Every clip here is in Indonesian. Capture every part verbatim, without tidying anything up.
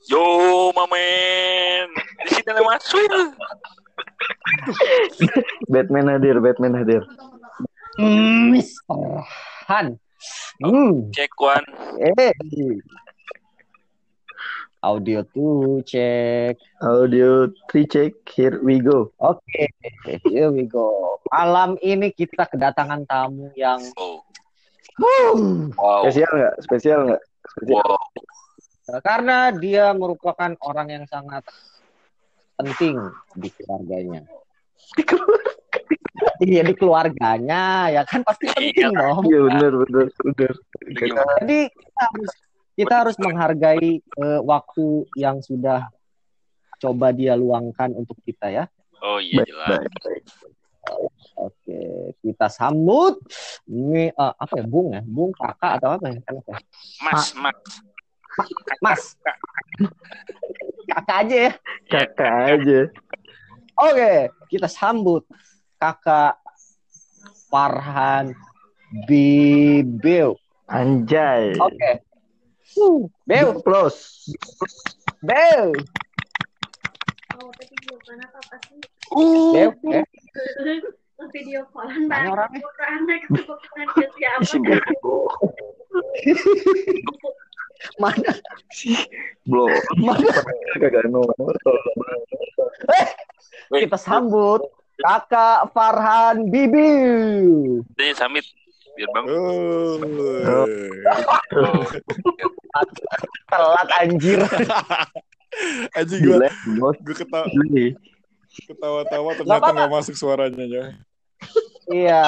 Yo, mamen. Di sini ada masuk. Batman hadir, Batman hadir. Mister Han. Hmm. Cek one. Eh. Audio tuh cek. Audio three check. Here we go. Oke, okay. Here we go. Malam ini kita kedatangan tamu yang Oh. wow. Spesial nggak? Spesial nggak? Spesial. Wow. Karena dia merupakan orang yang sangat penting di keluarganya. Iya, di keluarganya ya kan pasti penting dong. Iya benar benar benar. Jadi kita harus kita harus menghargai uh, waktu yang sudah coba dia luangkan untuk kita ya. Oh iya jelas. Oke, kita sambut ini uh, apa ya, Bung ya? Bung, kakak atau apa ya? Mas, mas. Mas. Kakak aja ya. Kakak aja. Oke, kita sambut Kakak Farhan Bibeu. Anjay. Oke. Uh, Beu plus. Beu. Uh, Beu, eh. Video callan Mana orangnya? Isi bego. Mana sih? Belum. Mana? Kagak nomor. Eh, kita sambut Kakak Farhan Bibeu. Jadi samit biar bang. Oh. Oh. Telat anjir. Anjing gue, Bos. gue ketawa, Gile. ketawa-tawa ternyata nggak masuk suaranya ya. Iya.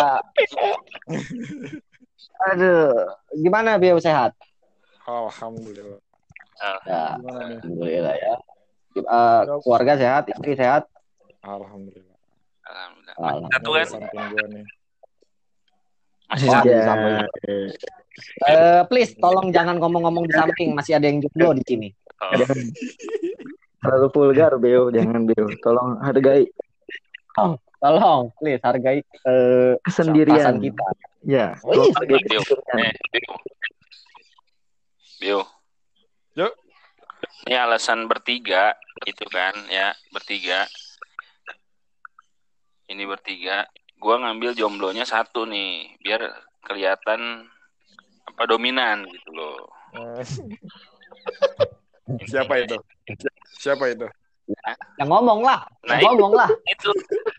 Aduh, gimana Bibeu, sehat? Alhamdulillah. Ya, Gimana nih? alhamdulillah ya. Uh, keluarga sehat, istri sehat. Alhamdulillah. Alhamdulillah. Alhamdulillah. Satu kan? Samping gue nih. Masih Oh, satu. ada di samping. Uh, please, tolong jangan ngomong-ngomong di samping. Masih ada yang jomblo di sini. Oh. Terlalu vulgar, Beo. Jangan, Beo. Tolong hargai Oh, tolong, please hargai uh, kesendirian pasangan kita. Ya. Oh, iya. Hargai Bio. kesendirian. Eh, Bio. Bio. Yuk. Ini alasan bertiga itu kan ya, bertiga. Ini bertiga. Gua ngambil jomblonya satu nih, biar kelihatan apa dominan gitu loh. Siapa itu? Siapa itu? Yang ngomong lah, Nah, yang ngomong lah. Itu.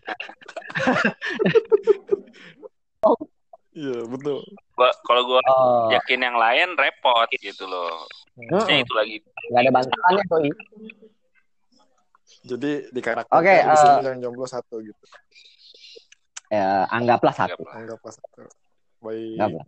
Iya betul. Gua kalau gua Oh, yakin yang lain repot gitu loh. Maksudnya itu lagi. nggak ada bantahannya tuh. Jadi di karakter Oke, di sini uh, yang jomblo satu gitu. Ya, anggaplah satu. Anggaplah satu. Baik. Anggaplah.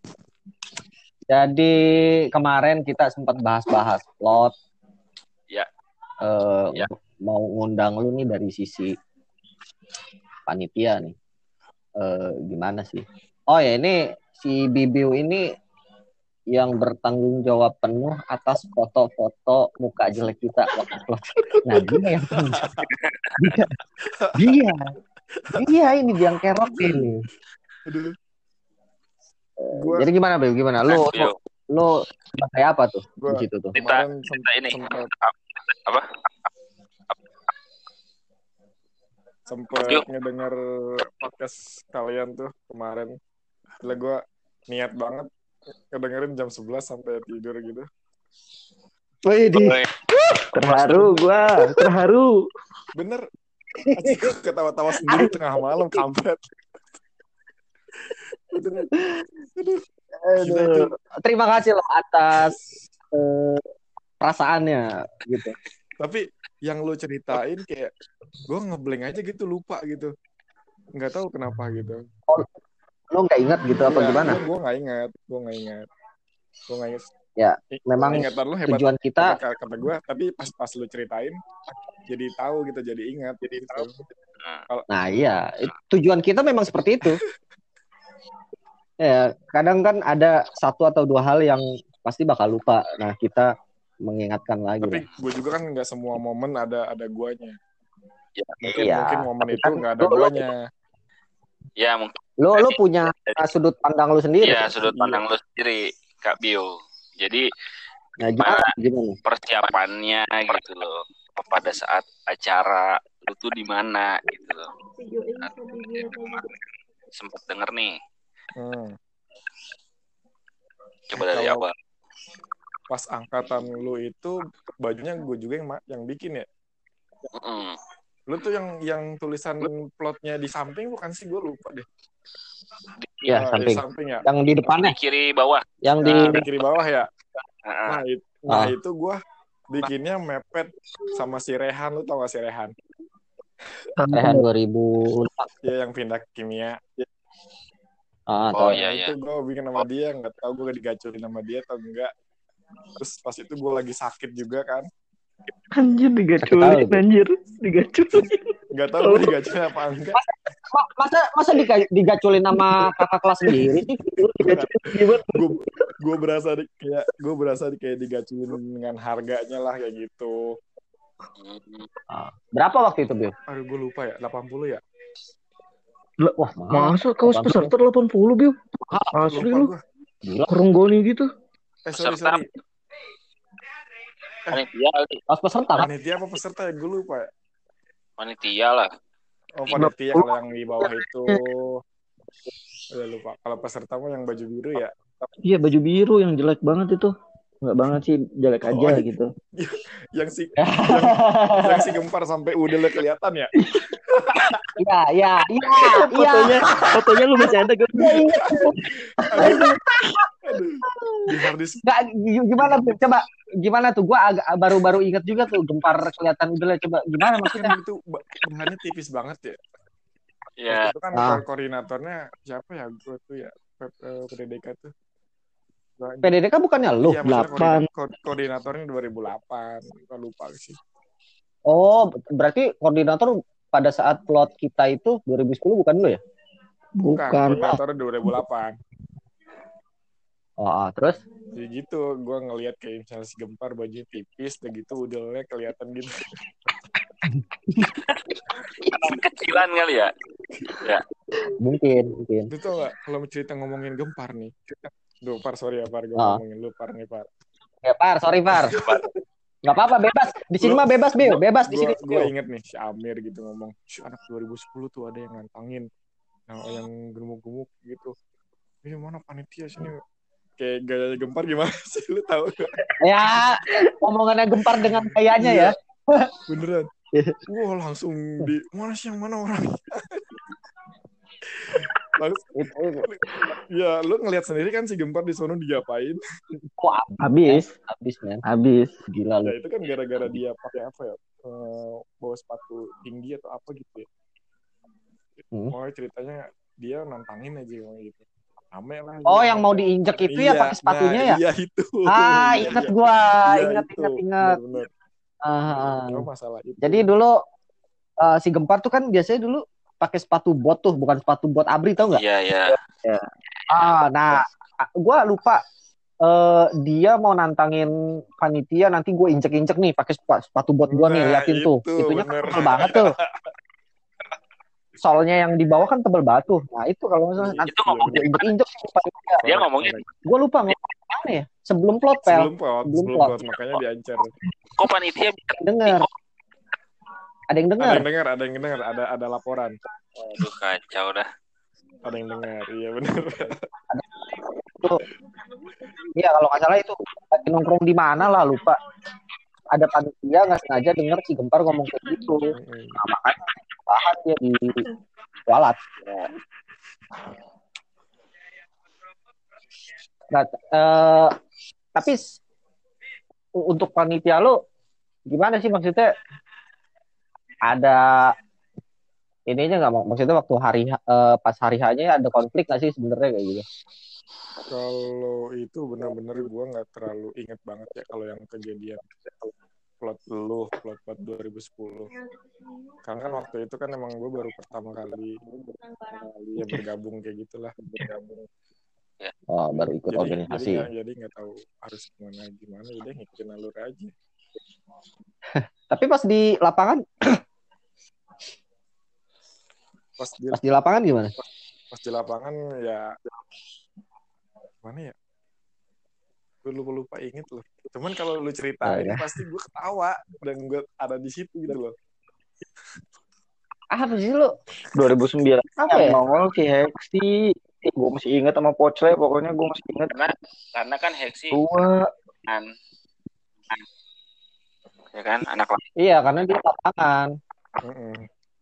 Jadi kemarin kita sempat bahas-bahas plot. Ya. Uh, Ya. Mau ngundang lu nih dari sisi panitia nih. Uh, gimana sih? Oh ya, ini si Bibeu ini yang bertanggung jawab penuh atas foto-foto muka jelek kita waktu plot. Nah, dia yang tanggung jawab. Dia, dia, dia ini biang kerok ini. Aduh. Uh, Gua- Jadi gimana, Bibeu? Gimana? Lu, Nah, Bio. lu sebagai apa tuh Gua- di situ tuh? Kita Kemarin sem- kita ini sempat apa? sempat Yuk. ngedenger podcast kalian tuh kemarin. Gila gue niat banget ngedengerin jam sebelas sampai tidur gitu. Wih, di Woi, Terharu gua, terharu. Bener. Anjing, gue ketawa-tawa sendiri tengah malam kampret. Aduh. Aduh. Gila itu. Aduh. Terima kasih loh atas eh, perasaannya gitu. Tapi yang lo ceritain kayak gue ngeblank aja gitu, lupa gitu. Nggak tahu kenapa gitu. Lo nggak ingat gitu apa gimana? Gue nggak ingat, gue nggak ingat. Gue nggak ingat. Ya, I- memang ingatan lo hebat. Tujuan kita, Kata, kata gue, tapi pas pas lo ceritain jadi tahu gitu, jadi ingat, jadi tahu. nah iya, tujuan kita memang seperti itu. Ya, kadang kan ada satu atau dua hal yang pasti bakal lupa. Nah, kita mengingatkan lagi. Tapi lah. gue juga kan nggak semua momen ada ada guanya. ya, Mungkin Iya, mungkin momen tapi itu kan nggak ada lo- lo- guanya. ya mungkin Lo lo punya sudut pandang lo sendiri. ya sudut pandang lu sendiri, Kak Bio. Jadi Nah, gimana? Gimana? Persiapannya gitu loh. Pada saat acara lu tuh di mana gitu loh. Video ini bisa dilihat lagi. Sempet denger nih. Hmm. Coba Eh, dari kalau awal. pas angkatan lu itu bajunya gue juga yang ma- yang bikin ya. Mm-mm. Lu tuh yang yang tulisan plotnya di samping bukan sih, gue lupa deh. Ya, Ah, samping. di samping ya. Yang di depannya, Di kiri bawah. yang di Nah, di kiri bawah ya. Heeh. Nah, it- nah Ah. itu gue bikinnya mepet sama si Rehan. Lu tau gak si Rehan? Rehan dua ribu empat. Ya yang pindah kimia. Ah, Oh tahu. iya Nah, iya. itu gue bikin sama dia, nggak tahu gue digaculin sama dia atau enggak. Terus pas itu gue lagi sakit juga kan, Anjir Sakit digaculin tahu. anjir. Digaculin. nggak tahu gue digaculin apa enggak. Ma- Masa masa diga- digaculin sama kakak kelas sendiri sih? Digaculin gimana? Gue gue berasa di, kayak gue berasa di, kayak digaculin dengan harganya lah kayak gitu. Mm. Ah, berapa waktu itu, Bil? Aduh gue lupa ya, delapan puluh ya. Lah, Wah, mahal. masa kaos peserta delapan puluh, Bil? Asli Lupa lu. gue. Gila. Kerenggoni gitu. Eh sorry Peserta. sorry. Panitia kali. Pas peserta kan? Panitia apa peserta ya? Gue lupa ya. Panitia lah. Oh panitia, kalau yang di bawah itu udah lupa. Kalau peserta mah yang baju biru ya. Iya, baju biru yang jelek banget itu. Enggak banget sih, jelek aja Oh, gitu. Yang si yang, yang si Gempar sampai udah kelihatan ya. Iya, iya, iya, iya. Fotonya, fotonya lu masih ada gak? Aduh, aduh. Di harddisk. Nggak, gi- gimana tuh? Coba gimana tuh? Gua agak baru-baru ingat juga tuh Gempar kelihatan udah. Coba gimana maksudnya? Kan itu ba- bahannya tipis banget ya. Iya. Waktu itu kan Ah. ko- koordinatornya siapa ya? Gue tuh ya P- eh, P D D K tuh. Gua- P D D K bukannya lu? Iya, maksudnya delapan. koordina- ko- koordinatornya dua ribu delapan. Gue lupa sih. Oh, berarti koordinator pada saat plot kita itu dua ribu sepuluh bukan lu ya? Bukan, Bukan. koordinatornya dua ribu delapan. Oh, ah, terus? Jadi gitu, gue ngelihat kayak misalnya si Gempar baju tipis, dan gitu udelnya kelihatan gitu. Kecilan kali ya. Ya. Mungkin, mungkin. Lu tau gak, kalau cerita ngomongin Gempar nih. Duh, Par, sorry ya, Par. Gue Ah. ngomongin lu, Par nih, Par. Ya, Par, sorry, Par. Nggak apa-apa, bebas. Di sini mah bebas, Bil. Bebas di sini. Gue inget nih, si Amir gitu ngomong, si anak dua ribu sepuluh tuh ada yang ngantangin. Yang, yang gemuk-gemuk gitu. Ini mana panitia sini? Kayak gaya Gempar gimana sih? Lu tau gak? Ya, omongannya Gempar dengan kayaknya ya. Beneran. Wah, langsung di... Mana sih yang mana orang? Langsung, ya, lu ngeliat sendiri kan si Gempar di sono diapain. Kok Habis, habis, men. habis. Gila Ya lu. itu kan gara-gara dia pakai apa ya? Eh, bawa sepatu tinggi atau apa gitu ya. Hmm. Oh, ceritanya dia nantangin aja gitu. Rame lah. Oh, gitu. yang mau diinjek itu ya Iya, pakai sepatunya nah, ya? Iya itu. Ah, Iya, ingat iya. gua. Iya, Ingat, itu. ingat, ingat. Bener-bener. Ah. Oh, masalah itu. Jadi dulu uh, si Gempar tuh kan biasanya dulu pakai sepatu bot tuh, bukan sepatu bot ABRI, tau nggak? Iya, iya. Ah, nah, gue lupa uh, dia mau nantangin panitia, nanti gue injek-injek nih pakai sepa- sepatu bot gue nih, Nah, liatin tuh. itu, Itunya kan bener. tebel banget tuh. Soalnya yang di bawah kan tebel banget tuh. Nah itu kalau misalnya nanti Itu ngomongin gue injek-injek sih panitia. Dia ngomongin Gue lupa ngomong mana ya? Sebelum plot pel, Sebelum plot, Sebelum sebelum plot. plot, makanya diancar. kok panitia bisa denger. Ada yang Ada denger. yang dengar, ada yang dengar, ada ada laporan. Aduh, kacau dah. Ada yang dengar. Iya benar. Iya kalau nggak salah itu lagi nongkrong di mana lah lupa. Ada panitia nggak sengaja denger si Gempar ngomong kayak gitu. Nah, makanya bahan dia di kualat. Nah, eh, tapi s- untuk panitia lo gimana sih maksudnya? Ada ininya nggak, maksudnya waktu hari eh, pas hari hanya ada konflik nggak sih sebenarnya kayak gitu? Kalau itu benar-benar gue nggak terlalu inget banget ya kalau yang kejadian plot lu, plot plot dua ribu sepuluh. Karena kan waktu itu kan emang gue baru pertama kali ya bergabung kayak gitulah, bergabung. Oh, baru ikut Jadi organisasi. jadi nggak jadi nggak tahu harus gimana gimana, udah ngikutin alur aja. Tapi pas di lapangan, Pas di pas di lapangan gimana? pas di lapangan ya mana ya? Gue lupa-lupa inget loh. Cuman kalau lu ceritain Oh, ya. pasti gue ketawa dan gue ada di situ gitu loh. Apa sih lu? dua ribu sembilan Apa yang ya? nongol si Hexi. Eh, gue masih inget sama Pocle, pokoknya gue masih inget. Karena karena kan Hexi Tua. kan, ya kan anak laki. Iya, karena dia lapangan. Mm-mm.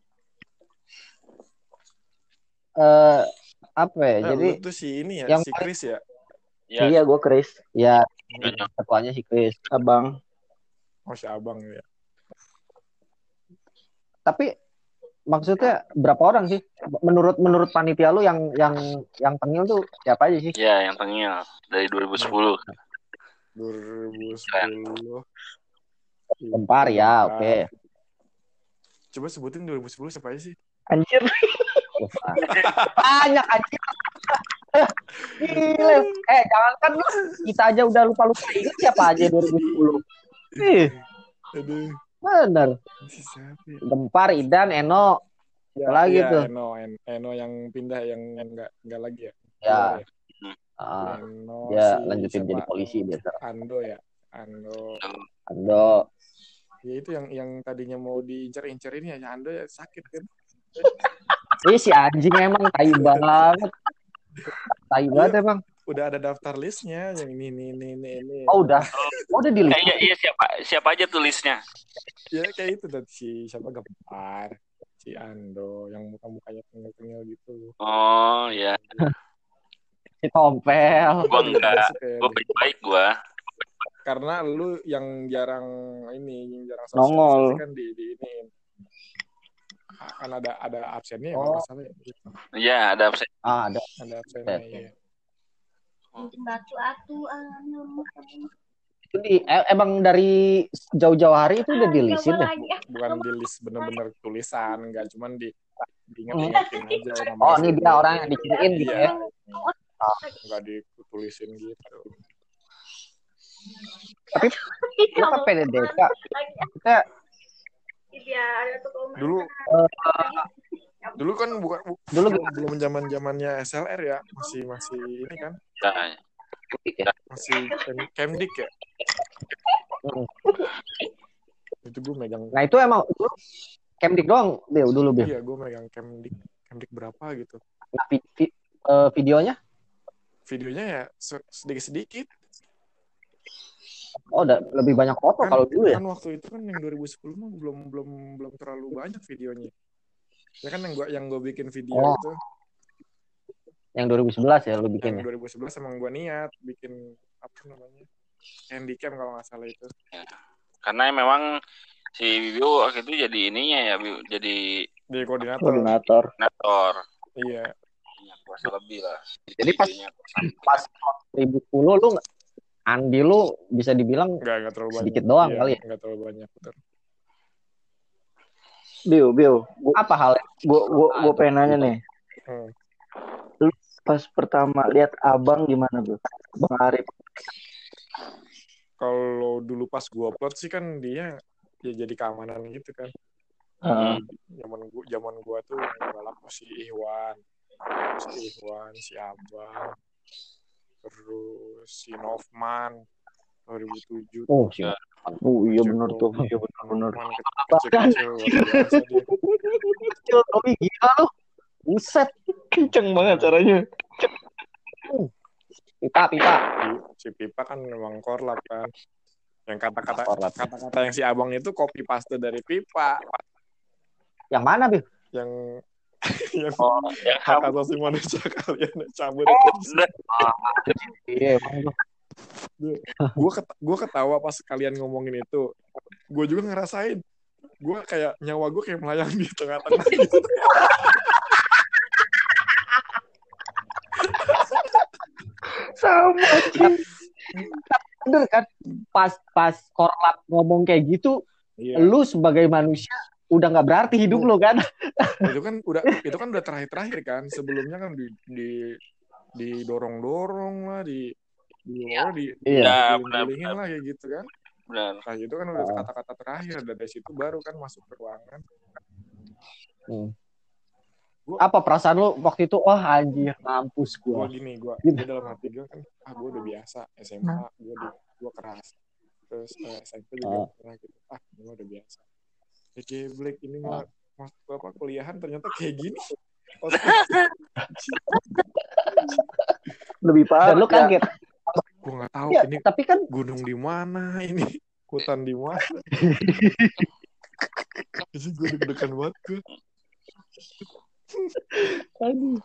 Eh apa ya? Nah, Jadi lu tuh si ini ya, yang si Chris ya. Ya, Iya, gue Chris, ya banyak. ketuanya si Chris. abang. Oh si abang ya. Tapi maksudnya berapa orang sih? Menurut menurut panitia lu yang yang yang tengil tuh siapa aja sih? Ya, yang tengil dari dua ribu sepuluh. dua ribu sepuluh. Gempar ya, oke. Coba sebutin dua ribu sepuluh siapa aja sih? Anjir. Banyak anjir. Gile. Eh, jangankan lu, kita aja udah lupa-lupa ingat siapa aja dua ribu sepuluh. Ih, Aduh. bener. Si siapa ya? Gempar, Idan, Eno. Ya, Lagi ya, tuh. Eno, En- Eno yang pindah yang enggak enggak lagi ya. Ya. Keluar Ah, Eno, dia si lanjutin siapa? jadi polisi dia sekarang. Ando ya. Ando. Ando. Ya itu yang yang tadinya mau diincar-incar ini ya Ando ya sakit kan. Ih, si anjing emang tai banget. Tai banget emang. Udah ada daftar listnya yang ini ini ini ini. ini. Oh, udah. Oh, udah di Eh, iya, iya siapa siapa aja tulisnya? Ya kayak itu tadi si siapa Gempar, si Ando yang muka-mukanya tengil-tengil gitu. Oh, ya. si Tompel. Gua enggak. Masuk kayak Gua deh. baik-baik gua. Karena lu yang jarang ini, yang jarang Nongol. sosialisasi kan di di ini. Kan ada ada absennya ya Oh. kalau nggak salah ya. Iya, ada absen. Ah, ada. Ada absennya Oke. ya. Batu atu Itu di eh, emang dari jauh-jauh hari itu udah dilisin deh. Bukan di list bener-bener tulisan, nggak cuman di diinget-ingetin aja nama Oh, ini dia aslinya. orang yang diciriin gitu ya. Nggak ditulisin gitu. Tapi lu kan P D D K. Kita Dulu dulu kan bukan bu- Dulu belum belum zaman-zamannya S L R ya, masih masih ini kan, Nah, masih Chem- Chemdik ya. Hmm. Itu gue megang, Nah, itu emang lu Kemdik doang, Bil, dulu Bil. iya gue megang Chemdik, Chemdik berapa gitu. Nah, vi- vi- eh, videonya Videonya ya se- sedikit-sedikit. oh udah lebih banyak foto Kan, kalau dulu ya. kan waktu itu kan yang dua ribu sepuluh mah belum belum belum terlalu banyak videonya. Ya kan yang gue yang gue bikin video Oh, itu, Yang dua ribu sebelas ya lu yang bikin ya. dua ribu sebelas emang gue niat bikin apa namanya, Handycam kalau nggak salah itu. karena memang si Bibi waktu itu jadi ininya ya, Bi, jadi Di koordinator. Koordinator. koordinator. Iya. Punya kuasa lebih lah. Jadi pas Videonya. pas dua ribu sepuluh lu nggak- Andi lu bisa dibilang Nggak nggak terlalu banyak. sedikit doang Iya, kali ya. nggak terlalu banyak betul. Bill, Bill, gua Apa hal yang gua gua, gua pengen nanya nih. Hmm. Lu pas pertama lihat abang gimana, Bro? Bang Arif. Kalau dulu pas gua upload sih kan dia ya jadi keamanan gitu kan. Heeh. Zaman gua zaman gua tuh yang balap si Iwan, si Iwan, si Abang, terus si Novman dua ribu tujuh. Oh, sih. Oh iya benar tuh. Iya benar-benar. Novman kecil-kecil luar biasa dia. Kecil Tommy gila lu. Buset. Kenceng banget caranya. Pipa, pipa. Si Pipa kan memang korlap kan. Yang kata-kata Korlap. kata-kata yang si Abang itu copy paste dari Pipa. Yang mana, Bil? Yang yang Oh, yang hak asasi manusia kalian cabut. bener. Iya, emang tuh. Gue ket, gue ketawa pas kalian ngomongin itu. Gue juga ngerasain. Gue kayak nyawa gue kayak melayang di tengah-tengah gitu. Sama. Bener kan? Pas pas korlap ngomong kayak gitu, Iya. lu sebagai manusia udah nggak berarti hidup lu kan? Itu kan udah itu kan udah terakhir-terakhir kan. Sebelumnya kan di di didorong-dorong lah, di di oh, di Iya. guling-gulingin lah kayak gitu kan. Benar. Nah itu kan udah kata-kata terakhir. Dari situ baru kan masuk ke ruangan. Hmm. Gua- apa perasaan lu waktu itu? Wah anjir, mampus gue gua. gini gue Gitu. gue dalam hati gue kan ah gue udah biasa S M A gue di gue keras terus eh, S M P juga Ah. pernah gitu ah gue udah biasa ya geblek ini Ah. mah mas apa kuliahan ternyata kayak gini. Oh, Lebih Dan parah lu ya. kaget. gue nggak tahu Ya, ini tapi kan gunung di mana ini hutan di mana. Jadi gue deg-degan banget gue. aduh.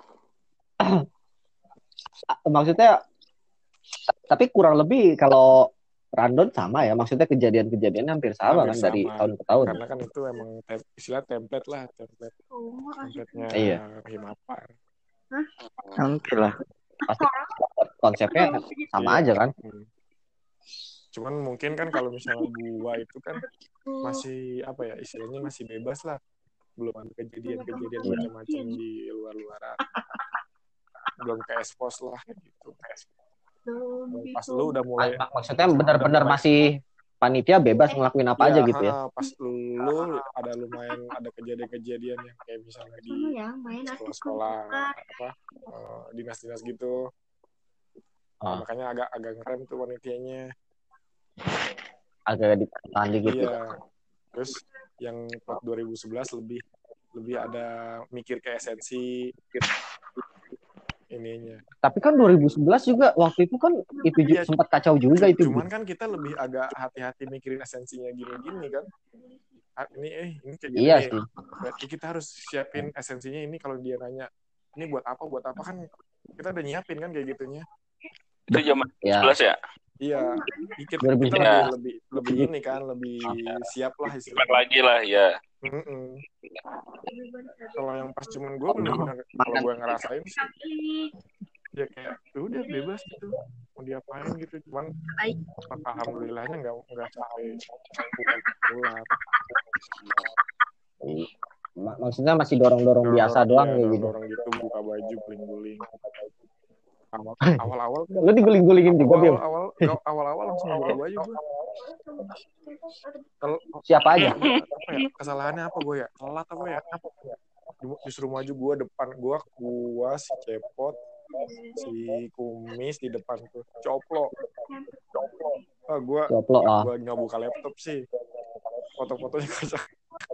Maksudnya tapi kurang lebih kalau Randon sama ya, maksudnya kejadian-kejadiannya hampir sama Hampir kan dari sama. tahun ke tahun. Karena kan itu emang tem- istilah template lah template template-nya Iya. Himapar. Oke lah. Pasti konsepnya sama Iya. aja kan. Hmm. Cuman mungkin kan kalau misalnya gua itu kan masih apa ya istilahnya masih bebas lah, belum ada kejadian-kejadian macam-macam di luar-luaran, belum ke expose lah gitu. Pas lu udah mulai, Mak- maksudnya benar-benar masih panitia bebas ngelakuin apa ya, aja gitu ya. ha, pas lu ada lumayan ada kejadian-kejadian yang kayak misalnya di sekolah-sekolah apa uh, dinas-dinas gitu. Ah. Nah, makanya agak agak ngerem tuh panitianya. Agak ditahan dikit. Iya. Terus yang pot dua ribu sebelas lebih lebih ada mikir ke esensi ininya. Tapi kan dua ribu sebelas juga waktu itu kan itu juga Iya, sempat kacau juga itu. Cuman kan kita lebih agak hati-hati mikirin esensinya gini-gini kan. Ah, ini eh ini kayak gini. Iya nih. sih. Berarti kita harus siapin esensinya ini kalau dia nanya ini buat apa buat apa kan kita udah nyiapin kan kayak gitunya. Itu zaman Ya. sebelas ya? Iya, kita, dua ribu kita sebelas. lebih, lebih lebih ini kan lebih siap lah Cepat istilahnya. lagi lah ya. Mm-mm. Kalau yang pas cuman gue bener-bener kalau gue ngerasain sih ya kayak udah bebas gitu mau diapain gitu cuman alhamdulillahnya nggak nggak sampai pulang. Mak- Maksudnya masih dorong-dorong biasa doang ya, kayak gitu. dorong gitu buka baju guling-guling awal awal awal Lu diguling-gulingin juga, Bim. awal awal awal awal langsung buka baju gue. Kalau Siapa aja? apa ya kesalahannya apa gue ya telat apa ya apa ya disuruh maju gue depan gue gue si Cepot si Kumis di depan tuh coplo coplo ah gue Coplo ah. gue nggak buka laptop sih foto-fotonya kacau.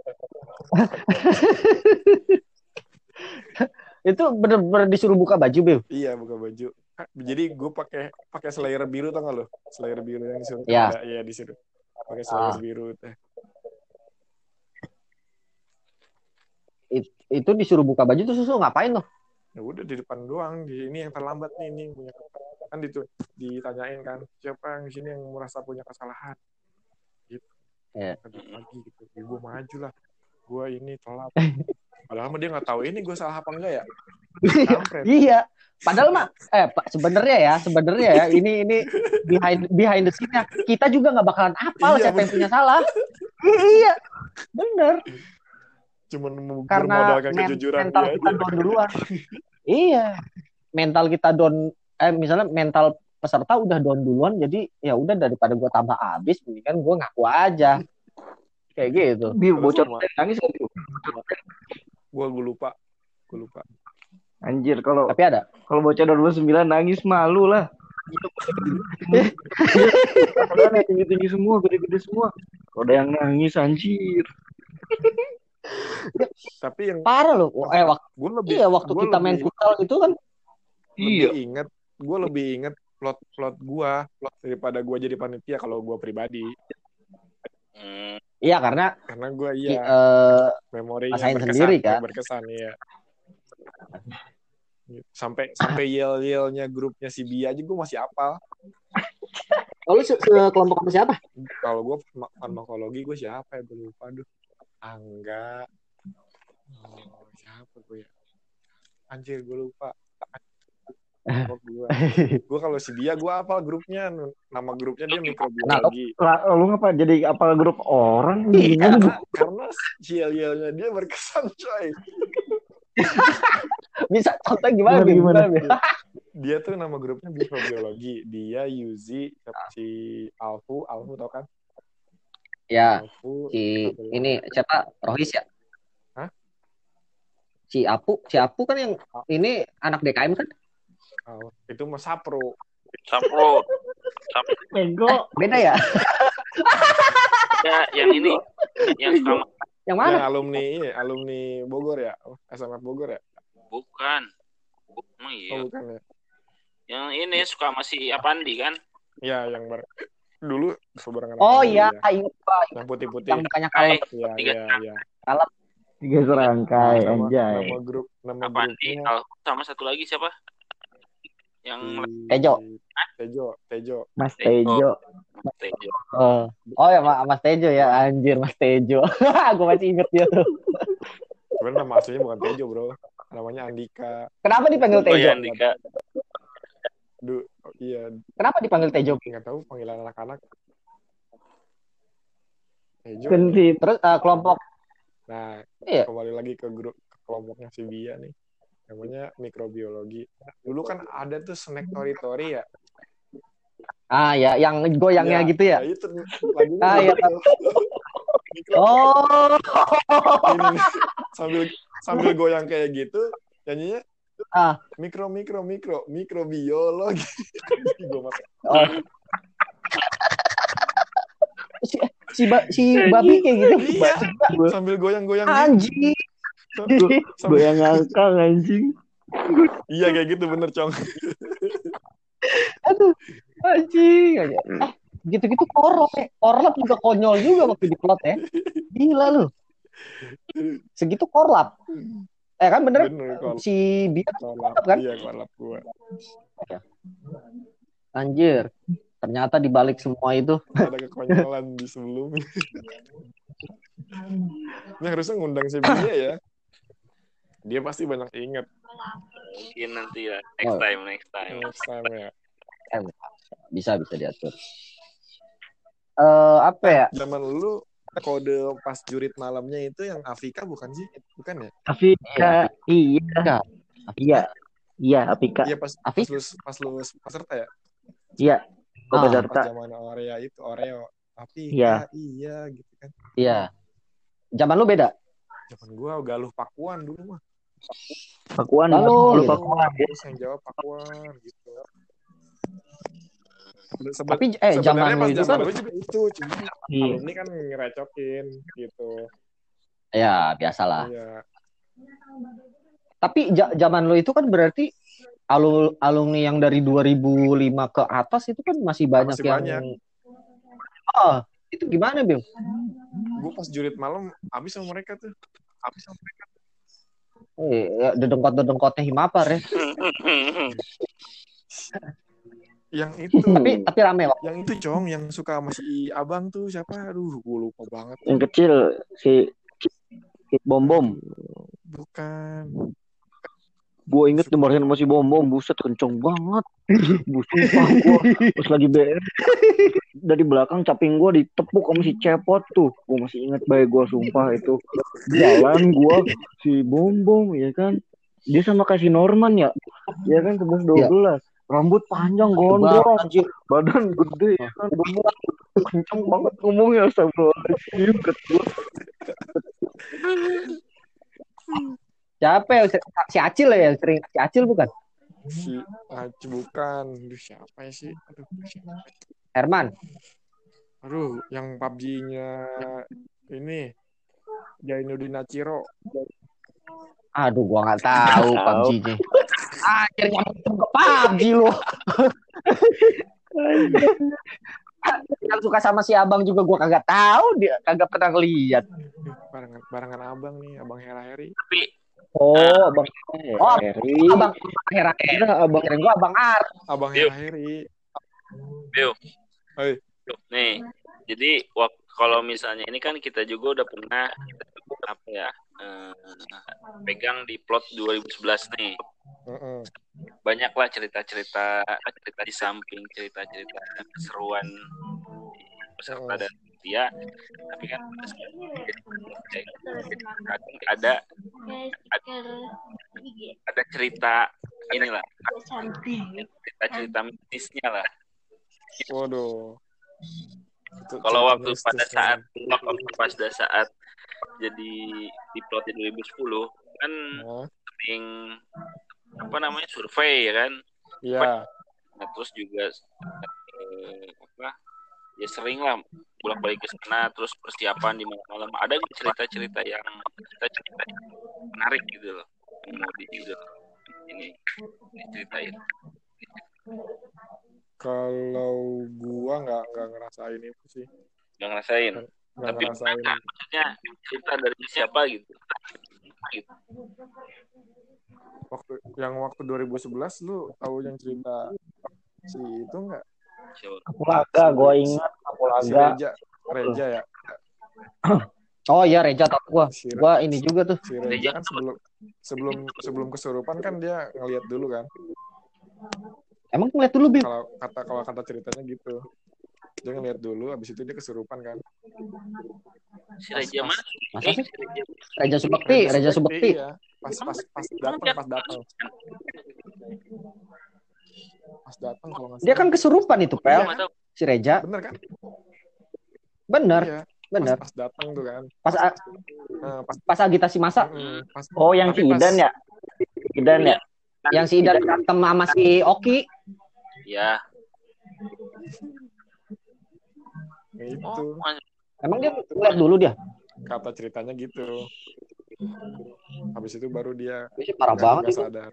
Itu bener-bener disuruh buka baju, Bim. Iya buka baju jadi gue pakai pakai slayer biru tau gak lo slayer biru yang disuruh Ya. ada iya disuruh pakai slayer Ah. biru teh. It- itu disuruh buka baju terus lu ngapain tuh? Ya udah di depan doang di ini yang terlambat nih ini punya kan itu ditanyain kan siapa yang di sini yang merasa punya kesalahan gitu Ya. lagi gitu ya, gue maju lah gue ini telat padahal mah dia nggak tahu ini gue salah apa enggak ya kampret. Iya. Padahal mah eh Pak sebenarnya ya, sebenarnya ya ini ini behind behind the scene-nya kita juga nggak bakalan hafal Iya, siapa yang punya salah. Iya. Bener. cuman Karena bermodalkan men- kejujuran mental dia kita aja. down duluan. Iya. Mental kita down eh misalnya mental peserta udah down duluan jadi ya udah daripada gua tambah habis mendingan gua ngaku aja. Kayak gitu. Biu bocor Sama. nangis kan Biu? gue gue lupa gue lupa Anjir kalau Tapi ada. kalau bocah dua ribu sembilan nangis malu lah. Padahal yang tinggi-tinggi semua, gede-gede semua. Kalau ada yang nangis anjir. tapi yang Parah loh. Eh waktu gue lebih iya waktu gua kita main lebih- futsal itu kan lebih inget gue lebih inget plot plot gue plot daripada gue jadi panitia kalau gue pribadi Hmm. iya karena karena gue i- iya eh, memorinya rasain berkesan sendiri, kan? berkesan ya sampai sampai yel yelnya grupnya si Bia aja gue masih hafal oh, lu se- sekelompok sama siapa? kalau gue farmakologi gue siapa ya gue lupa aduh Angga oh siapa gue ya anjir gue lupa gue gue kalau si Bia gue hafal grupnya nama grupnya dia mikrobiologi Lah, lu ngapa jadi apal grup orang Iya. bingung. karena karena si yel yelnya dia berkesan coy Bisa contoh gimana? Gimana, Bim? gimana? Bim? dia tuh nama grupnya mikrobiologi dia Yuzi si Alfu Alfu tau kan Ya, Alfu si satu lagi. ini siapa? Rohis ya? Hah? Si Apu, si Apu kan yang ini anak D K M kan? Oh, itu Mas Sapro. Sapro. Sapro. Bego. Beda ya? Ya, yang ini yang sama Yang mana? Yang alumni ini, alumni Bogor ya? S M F Bogor ya? bukan. Emang iya. Oh, bukan ya. Yang ini suka sama si Apandi kan? Iya, yang bar- dulu sebarengan. Oh Apandi iya, ya. ingat Pak. Yang putih-putih. Yang mukanya kalem. Iya, Tiga iya, iya. Kalem. Tiga serangkai Nama, anjay. nama grup, nama Apandi, grupnya Al- sama satu lagi siapa? Yang si- Tejo. Tejo, Tejo. Mas Tejo. Tejo. Oh, oh ya Mas Tejo ya, anjir Mas Tejo. Gue masih inget dia tuh. Sebenarnya nama aslinya bukan Tejo, Bro. Namanya Andika. Kenapa dipanggil Oh Tejo? ya, Andika. Du, oh, iya, Kenapa dipanggil Tejo? nggak tahu panggilan anak-anak. Tejo. Kan si Terus uh, kelompok Nah, iya. kembali lagi ke grup ke kelompoknya si Bia nih. Namanya mikrobiologi. Dulu kan ada tuh snack tori-tori ya. Ah ya, yang goyangnya gitu ya. Ya itu lagunya Ah, iya. gitu. Oh. Ini nih, sambil sambil goyang kayak gitu, nyanyinya Ah. mikro mikro mikro mikrobiologi. Gue masuk. Oh. si si, ba, si babi kayak gitu. Iya, sambil goyang-goyang gitu. Anjing. Sambil- gue yang ngangkang anjing. Iya kayak gitu bener, Cong. Aduh, anjing aja. Eh, gitu-gitu korlap ya. Korlap juga konyol juga waktu di plot ya. Gila lu. Segitu korlap. Eh kan bener, Bener kalau si Bia kolap kan? iya kolap gua. Anjir. Ternyata dibalik semua itu. Ada kekonyolan di sebelumnya. Ini harusnya ngundang si Bia ya. Dia pasti banyak inget Mungkin nanti ya, next Oh. time, next time. next time ya. Bisa bisa diatur. Eh apa ya? Zaman lu kode pas jurit malamnya itu yang Afika bukan sih? Bukan ya? Afika, iya, iya, iya, Afika, Iya pas pas Afika? lu pas lu peserta ya? iya, Ah, peserta. Pas zaman Oreo itu Oreo. Afika, Iya. iya gitu kan. Iya. Zaman lu beda. Zaman gua Galuh Pakuan dulu mah. Pakuan, Halo, lu gitu. Pakuan. Terus yang jawab Pakuan gitu. Sebe- Tapi eh zaman sebenarnya lu pas itu zaman kan lu juga itu, cuma Iya. alumni kan ngerecokin gitu. ya biasalah. Iya. Tapi ja- zaman lu itu kan berarti alu- alumni yang dari dua ribu lima ke atas itu kan masih banyak Masih yang banyak. Oh, itu gimana, Bim? Gue pas jurit malam habis sama mereka tuh. Habis sama mereka. Eh, ya, dedengkot-dedengkotnya Himapar ya. Yang itu. Tapi tapi rame waktu. Yang itu, Cong, yang suka sama si Abang tuh siapa? Aduh, gue lupa banget. Yang kecil si si Bom Bom. Bukan. Gue inget dimarahin sama si Bom Bom, buset kenceng banget. Buset gue pas lagi B M dari belakang caping gue ditepuk sama si Cepot tuh. Gue masih inget baik gue sumpah itu. Jalan gue si Bom Bom ya kan. Dia sama kayak si Norman ya. Ya kan sebelas dua belas. Rambut panjang gondrong, Anjir. badan gede ya kan, gemuk, kenceng banget ngomongnya, astagfirullahaladzim, ketua. Siapa ya? Si Acil ya, sering si Acil bukan? Si Aci bukan. Aduh, siapa ya sih? Aduh, siapa? Herman. Aduh, yang P U B G-nya ini Jainuddin Nachiro. Aduh, gua nggak tahu P U B G-nya. Anjir, nyambung ke P U B G lu. Yang suka sama si Abang juga gua kagak tahu, dia kagak pernah ngeliat. Barangan, barangan abang nih, abang Hera Heri. Tapi Oh, abang Oh, Heri. Abang Hera Hera. Abang Kirain gua Abang Ar. Abang Yuk. Hera Heri. Bill, Hei, nih, jadi wak- kalau misalnya ini kan kita juga udah pernah apa ya eh, pegang di plot dua ribu sebelas nih. heeh. Banyaklah cerita-cerita cerita di samping cerita-cerita keseruan peserta dan dia, tapi kan pada saat ada ada cerita inilah cerita-cerita mistisnya lah. Waduh. Itu Kalau cerita waktu mistis pada nih. saat waktu pada saat jadi di plot dua ribu sepuluh kan Nah, sering apa namanya survei ya kan. iya. Nah, terus juga eh, apa ya sering lah bolak-balik ke sana, terus persiapan di malam-malam. Ada nggak cerita-cerita yang cerita-cerita yang menarik gitu loh yang mau di ini diceritain? Kalau gua nggak nggak ngerasain itu sih. Nggak ngerasain. Nggak nggak Tapi ngerasain. pernah nggak? Maksudnya cerita dari siapa gitu? Gitu. Waktu yang waktu dua ribu sebelas lu tahu yang cerita si itu nggak? Siapa? Kapulaga, Si- gue ingat Si Kapulaga. Reja, Reja ya. Oh iya Reja tau gua. Si, Gua ini juga tuh. si Reja kan sebelum sebelum sebelum kesurupan kan dia ngelihat dulu kan. Emang ngeliat dulu Bil. Kalau kata kalau kata ceritanya gitu. Dia ngelihat dulu, habis itu dia kesurupan kan. Si Reja mana? Masa sih? Si Reja. Reja Subekti, Reja Subekti. Iya. Pas pas pas datang, pas datang. Pas datang kalau nggak Dia salah. kan kesurupan itu, Pel. Nggak tahu. Si Reja. Bener kan? Bener, Iya. bener. Pas, pas datang tuh kan. Pas a- Nah, pas pas agitasi masa. mm, pas Oh, yang si tapi pas- Idan ya? Idan ya? Yang si Idan berantem sama si Oki. Ya. itu Oh, Emang dia ngeliat dulu dia. kata ceritanya gitu. Habis itu baru dia Ih, parah nggak- banget nggak itu. sadar.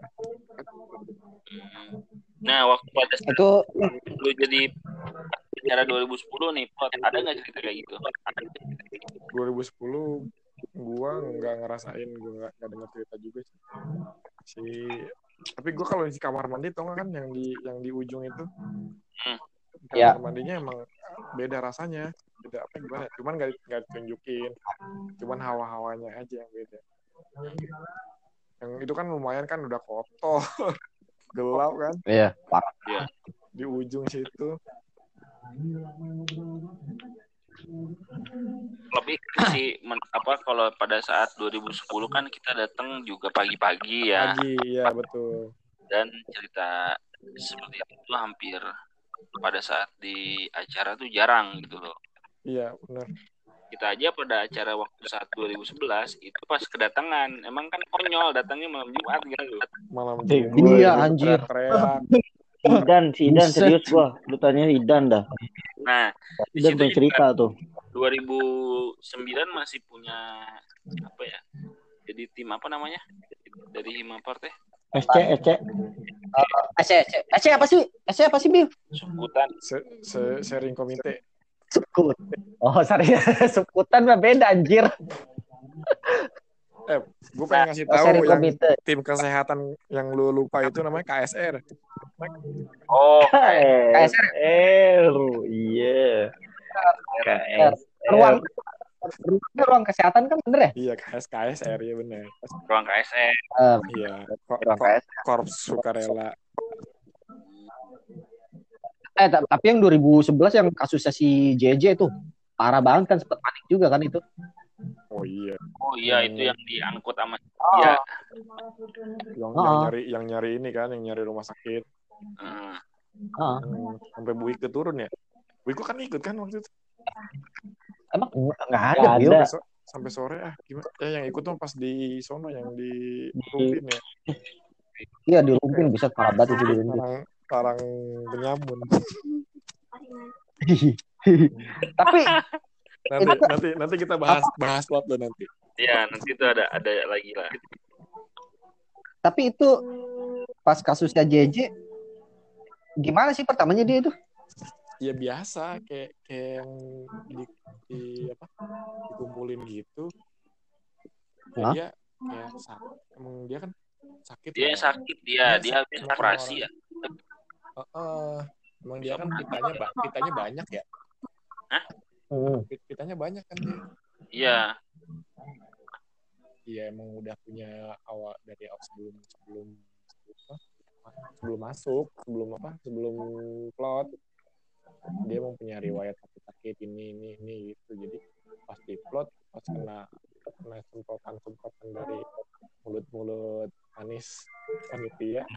nah waktu pada saat Itu lu jadi acara dua ribu sepuluh nih, Pot, ada nggak cerita kayak gitu? dua ribu sepuluh gua nggak ngerasain, gua nggak nggak dengar cerita juga sih. Si tapi gua kalau di kamar mandi tau nggak kan yang di yang di ujung itu. Hmm. Kamar Ya. mandinya emang beda rasanya, beda apa gimana? Cuman nggak nggak ditunjukin, cuman hawa-hawanya aja yang beda. Yang itu kan lumayan kan udah kotor, gelap kan iya, parah. di ujung situ. Lebih sih men- apa kalau pada saat dua ribu sepuluh kan kita datang juga pagi-pagi ya, Pagi, ya betul. dan cerita seperti itu hampir pada saat di acara tuh jarang gitu loh. Iya benar. Kita aja pada acara waktu saat dua ribu sebelas itu pas kedatangan, emang kan konyol datangnya malam Jumat gitu. Malam Eh, Jumat, Iya, lu anjir. teriak-teriak. Idan, si Idan Buset. serius gua. Lu tanya Idan dah. Nah, di Idan situ punya juga cerita tuh. dua ribu sembilan masih punya apa ya? Jadi tim apa namanya? Dari Himapar teh? S C, S C. S C, S C. S C apa sih? S C apa sih, Bil? Sukutan. Se- se- sharing komite. Sukut. Oh, sorry. Sukutan mah beda anjir. Eh, gue pengen ngasih Oh, tahu sharing yang komite. tim kesehatan yang lu lupa itu namanya K S R. Oh, K S R. Iya. K S R. Ruang ruangnya ruang kesehatan kan bener ya? Iya, K S K S R ya benar. ruang K S R. Eh, Iya, Ko- ruang ko- K S R. Korps Sukarela. Eh, ta- tapi yang dua ribu sebelas yang kasusnya si J J tuh parah banget kan, sempet panik juga kan itu. Oh iya, Oh iya, itu yang diangkut sama Oh. dia. yang, Oh. yang nyari yang nyari ini kan, yang nyari rumah sakit. Hmm. Ah, Hmm, sampai Bu Ike turun ya. Bu Ike kan ikut kan waktu itu. emang nggak ada, Nggak Bil. ada. Sampai, so- sampai sore ah gimana? Eh yang ikut tuh pas di sono yang di Rumpin ya. Iya, dirumpin bisa parah banget itu dirumpin. Parang parang penyamun. Tapi Nanti nanti nanti kita bahas bahas lot lo nanti. Iya, nanti itu ada ada lagi lah. tapi itu pas kasusnya J J gimana sih pertamanya dia itu? Ya biasa kayak kayak yang di, di apa dikumpulin gitu. Ya, Hah? dia kayak sakit. Emang dia kan sakit. Dia ya. sakit dia, dia habis Semua operasi orang. ya. Heeh. Emang dia kan pitanya ba- pitanya banyak ya. Hmm. Pit- Pitanya banyak kan dia. Iya. Iya emang udah punya awal dari awal sebelum sebelum apa, sebelum masuk sebelum apa sebelum plot dia emang punya riwayat sakit-sakit ini ini ini gitu. Jadi pas di plot pas kena kena semprotan semprotan dari mulut-mulut manis panitia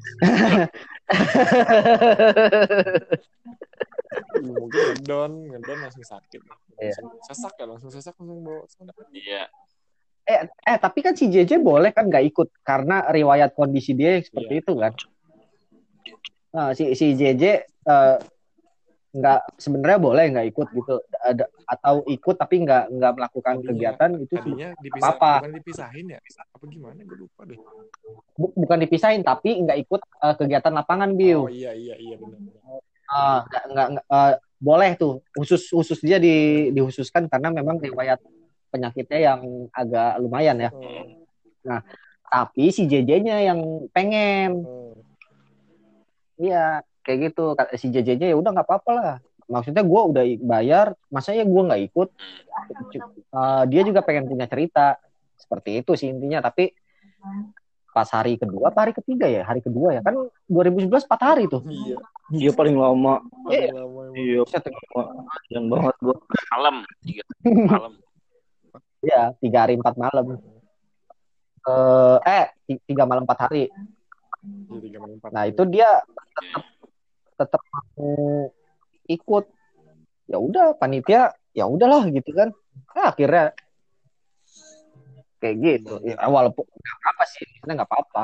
mungkin ngedon ngedon langsung sakit langsung Iya. sesak ya langsung sesak langsung bawa sono. Iya. eh eh tapi kan si J J boleh kan nggak ikut karena riwayat kondisi dia yang seperti Iya. itu kan. Nah, si si J J eh, nggak sebenarnya boleh nggak ikut gitu ada atau ikut tapi nggak nggak melakukan Tadinya- kegiatan itu Tadinya dipisah, apa-apa. bukan dipisahin ya? Apa gimana? Gue lupa deh. Bu- bukan dipisahin tapi nggak ikut eh, kegiatan lapangan Biu. Oh iya iya iya benar. Ah, nggak nggak nggak, eh, boleh tuh khusus khusus dia di, dihususkan karena memang riwayat penyakitnya yang agak lumayan ya. Hmm. Tapi si J J-nya yang pengen, Hmm. iya kayak gitu. Kata si J J-nya ya udah nggak apa-apa lah. Maksudnya gue udah i- bayar, masa ya gue nggak ikut? Eh, dia juga pengen punya cerita seperti itu sih intinya. Tapi pas hari kedua, apa hari ketiga ya? Hari kedua ya kan dua ribu sebelas empat hari tuh. Iya. Dia paling lama. Paling lama emang. Iya, yang banget gua. Malam tiga malam. Iya tiga hari empat malam. Eh, eh ti- tiga malam empat hari. Iya, tiga malam empat Nah hari. itu dia tetap tetap mau ikut. Ya udah panitia ya udahlah gitu kan. Nah, akhirnya kayak gitu. Ya, walaupun nggak apa sih, sebenarnya nggak apa-apa.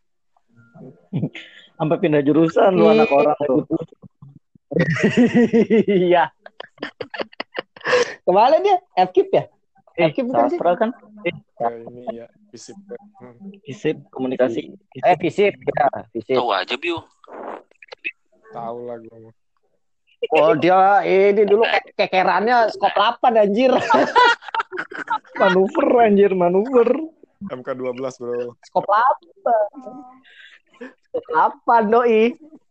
Sampai pindah jurusan lu anak orang tuh. Iya. Kemana dia? F K I P ya? Eh, F K I P bukan sih? sastra kan? Ya, ini ya fisip. Hmm. Fisip, komunikasi. Eh fisip ya, fisip. Tahu aja Biu. Tahu lah gue mah. Oh dia ini dulu ke- kekerannya skop delapan anjir. Manuver anjir, manuver. M K dua belas bro. Skop delapan. Skop delapan doi.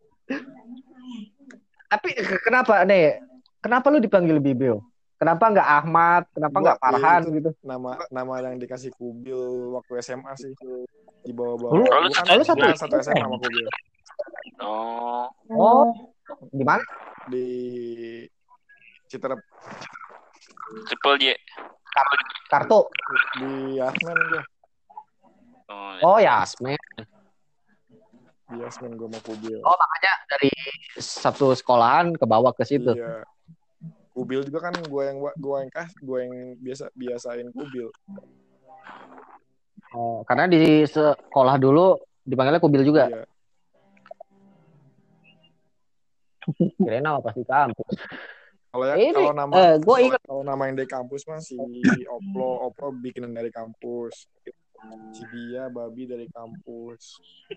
Tapi kenapa nih? Kenapa lu dipanggil Bibio? Kenapa nggak Ahmad? Kenapa Gua- nggak Farhan itu gitu? Nama nama yang dikasih Kubil waktu S M A sih. Di bawah-bawah. Lu- lu Bukan, satu- bukan lu satu S M A sama Kubil. Oh, Oh, di mana? Di Citerep, Triple J. Kartu. di Yasmen gue. Oh, Oh Yasmin. Di Yasmen gue sama Kubil. Oh makanya dari satu sekolahan ke bawah ke situ. Iya. Kubil juga kan gue yang gue yang kas, gue yang biasa biasain Kubil. Oh, karena di sekolah dulu dipanggilnya Kubil juga. Iya. Kirain nama pas di kampus. Kalau ya, Ini, kalau nama eh, gua kalau- ingat. kalau nama yang dari kampus mah si Oplo, Oplo bikinan dari kampus. Si Dia, Babi dari kampus.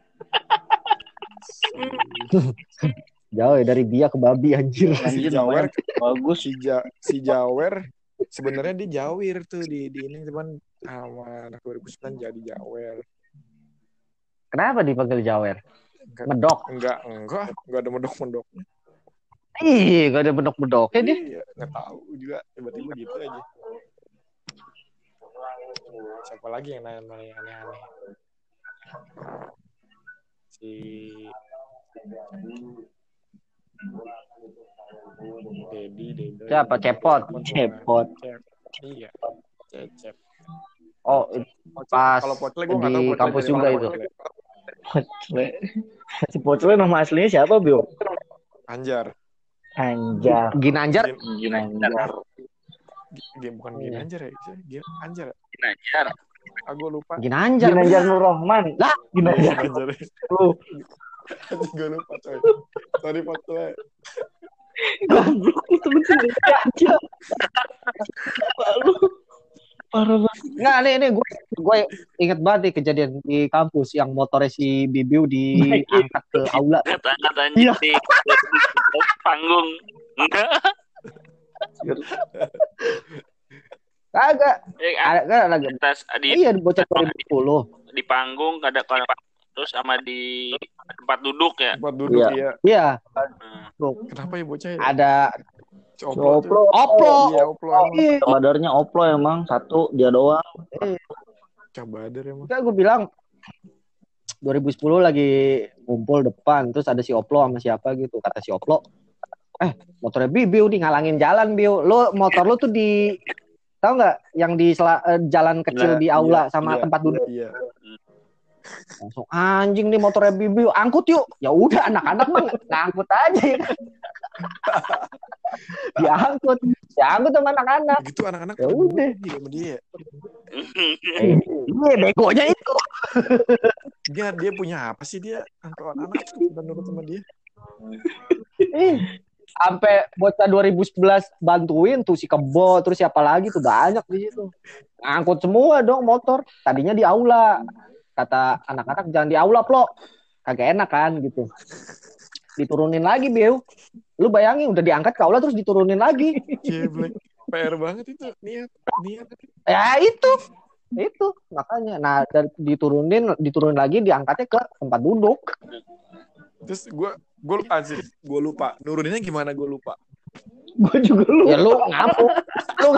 Jauh ya dari dia ke babi anjir. Si Anjir, Jawer, namanya bagus. si ja, si Jawer sebenarnya dia Jawir tuh di di ini cuman sama anak dua ribu sembilan jadi Jawer. Kenapa dipanggil Jawer? Enggak, Medok. enggak, enggak, enggak ada mendok-mendoknya. Ih, gak ada bedok-bedoknya dia. Iya, enggak tahu juga tiba-tiba gitu aja. Siapa lagi yang nanya-nanya aneh-aneh? Si Dedi, Dedi. Siapa? Cepot. Cepot. Cep. Iya. Cecep. Oh, pas Kalau Pocle gue nggak di tahu Pocle kampus dari juga mana itu. Pocle. Pocle. Si Pocle nama aslinya siapa, Bio? Anjar. Anjar. Ginanjar. Gin- Ginanjar. Game bukan Gin Anjar ya? Gin Anjar. Ginanjar. Ah, gue lupa. Ginanjar. Ginanjar Nur Rahman. Lah, Ginanjar. Anjar. Lu. Gue lupa coy. Sorry Pocle. Goblok lu temen-temen aja. Lu parah banget. Enggak, nih nih gue gue inget banget nih kejadian di kampus yang motornya si Bibiu diangkat ke aula. Kata-kata anjing Iya. di, di panggung. Enggak. Kagak. Eh, Ada kan lagi. atas di Iya, bocah dua ribu sepuluh. di panggung ada kalau terus sama di tempat duduk ya. Tempat duduk Iya. ya. Iya, Hmm. Kenapa ya bocah ya? ada Oplo. tuh. Oplo. Oplo. Iya, Oplo emang. Iya. Kadarnya Oplo emang satu dia doang. Cabadar emang. Kan gue bilang dua ribu sepuluh lagi ngumpul depan, terus ada si Oplo sama siapa gitu, kata si Oplo, eh motornya Bibiu nih ngalangin jalan Biu, lo motor lo tuh di tahu nggak yang di sela- eh, jalan kecil Nah, di aula iya, sama iya, tempat duduk, Iya. langsung anjing nih motornya Bibiu, angkut yuk, ya udah anak-anak mah ngangkut aja, ya kan? Diangkut, diangkut sama anak-anak. Gitu anak-anak Ya pada udah. nurut sama dia. Iya, begonya itu. Dia dia punya apa sih dia? Sampai anak-anak pada nurut sama dia. Ih, sampai bocah dua ribu sebelas bantuin tuh si Kebo, terus siapa lagi tuh banyak di situ. Ngangkut semua dong motor. Tadinya di aula. Kata anak-anak jangan di aula, Plo. Kagak enak kan gitu. Diturunin lagi, Beu. Lu bayangin udah diangkat ke aula terus diturunin lagi. Jeblek. P R banget itu niat niat. Ya itu. Itu makanya. Nah, diturunin diturunin lagi diangkatnya ke tempat duduk. Terus gue gue lupa sih, gue lupa. Nuruninnya gimana gue lupa. Gue juga lu. Ya lu ngapuk. Lu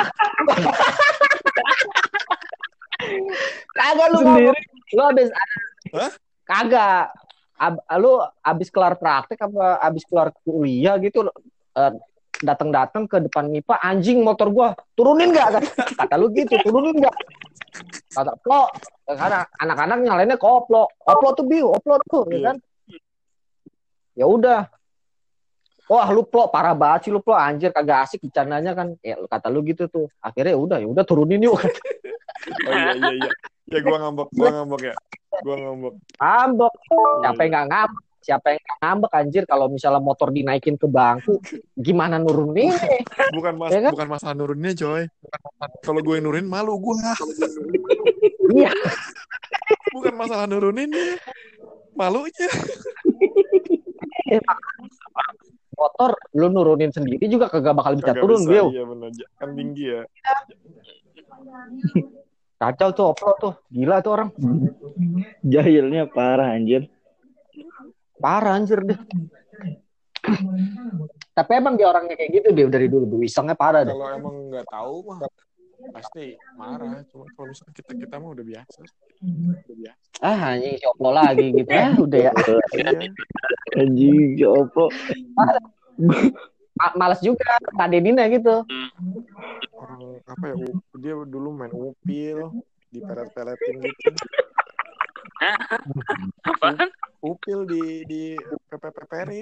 kagak lu Sendiri. ngomong. Lu habis Hah? kagak. Ab, lu habis kelar praktek apa habis kelar kuliah gitu uh, datang-datang ke depan M I P A, anjing motor gua turunin enggak? Kata lu gitu, turunin enggak? Kata Plo, karena anak-anak nyalainnya koplo. Koplo tuh biu, oplo tuh, ya kan? Ya udah. Wah, lu Plo parah banget sih lu Plo, anjir kagak asik bercandanya kan. Ya kata lu gitu tuh. Akhirnya ya udah, ya udah turunin yuk. Oh iya iya iya. Ya gua ngambek, gua ngambek ya. Gua ngambek. Ngambek. Siapa yang enggak ngambek? Siapa yang enggak ngambek anjir kalau misalnya motor dinaikin ke bangku, gimana nurunin? Bukan mas, Ya kan? bukan masalah nuruninnya, coy. Kalau gue nurunin malu gua. Iya. Bukan masalah nuruninnya. Malunya. Motor lu nurunin sendiri juga kagak bakal bisa Kagak turun, bisa, Biu. iya benar. Kan tinggi ya. Kacau tuh oplo tuh. Gila tuh orang. Jahilnya parah anjir. Parah anjir deh. Tapi emang dia orangnya kayak gitu dia dari dulu. Isengnya parah deh. Kalau emang nggak tahu mah pasti marah. Cuma kalau misalnya kita kita mah udah biasa. Udah biasa. Ah anjing si oplo lagi gitu. Ah udah ya. Iya. Anjing, ya apa? Ma- Males juga ngadeninnya gitu. Orang apa ya? u- Dia dulu main upil, dipelet-peletin gitu. Apaan? Upil di di pepe-peperin.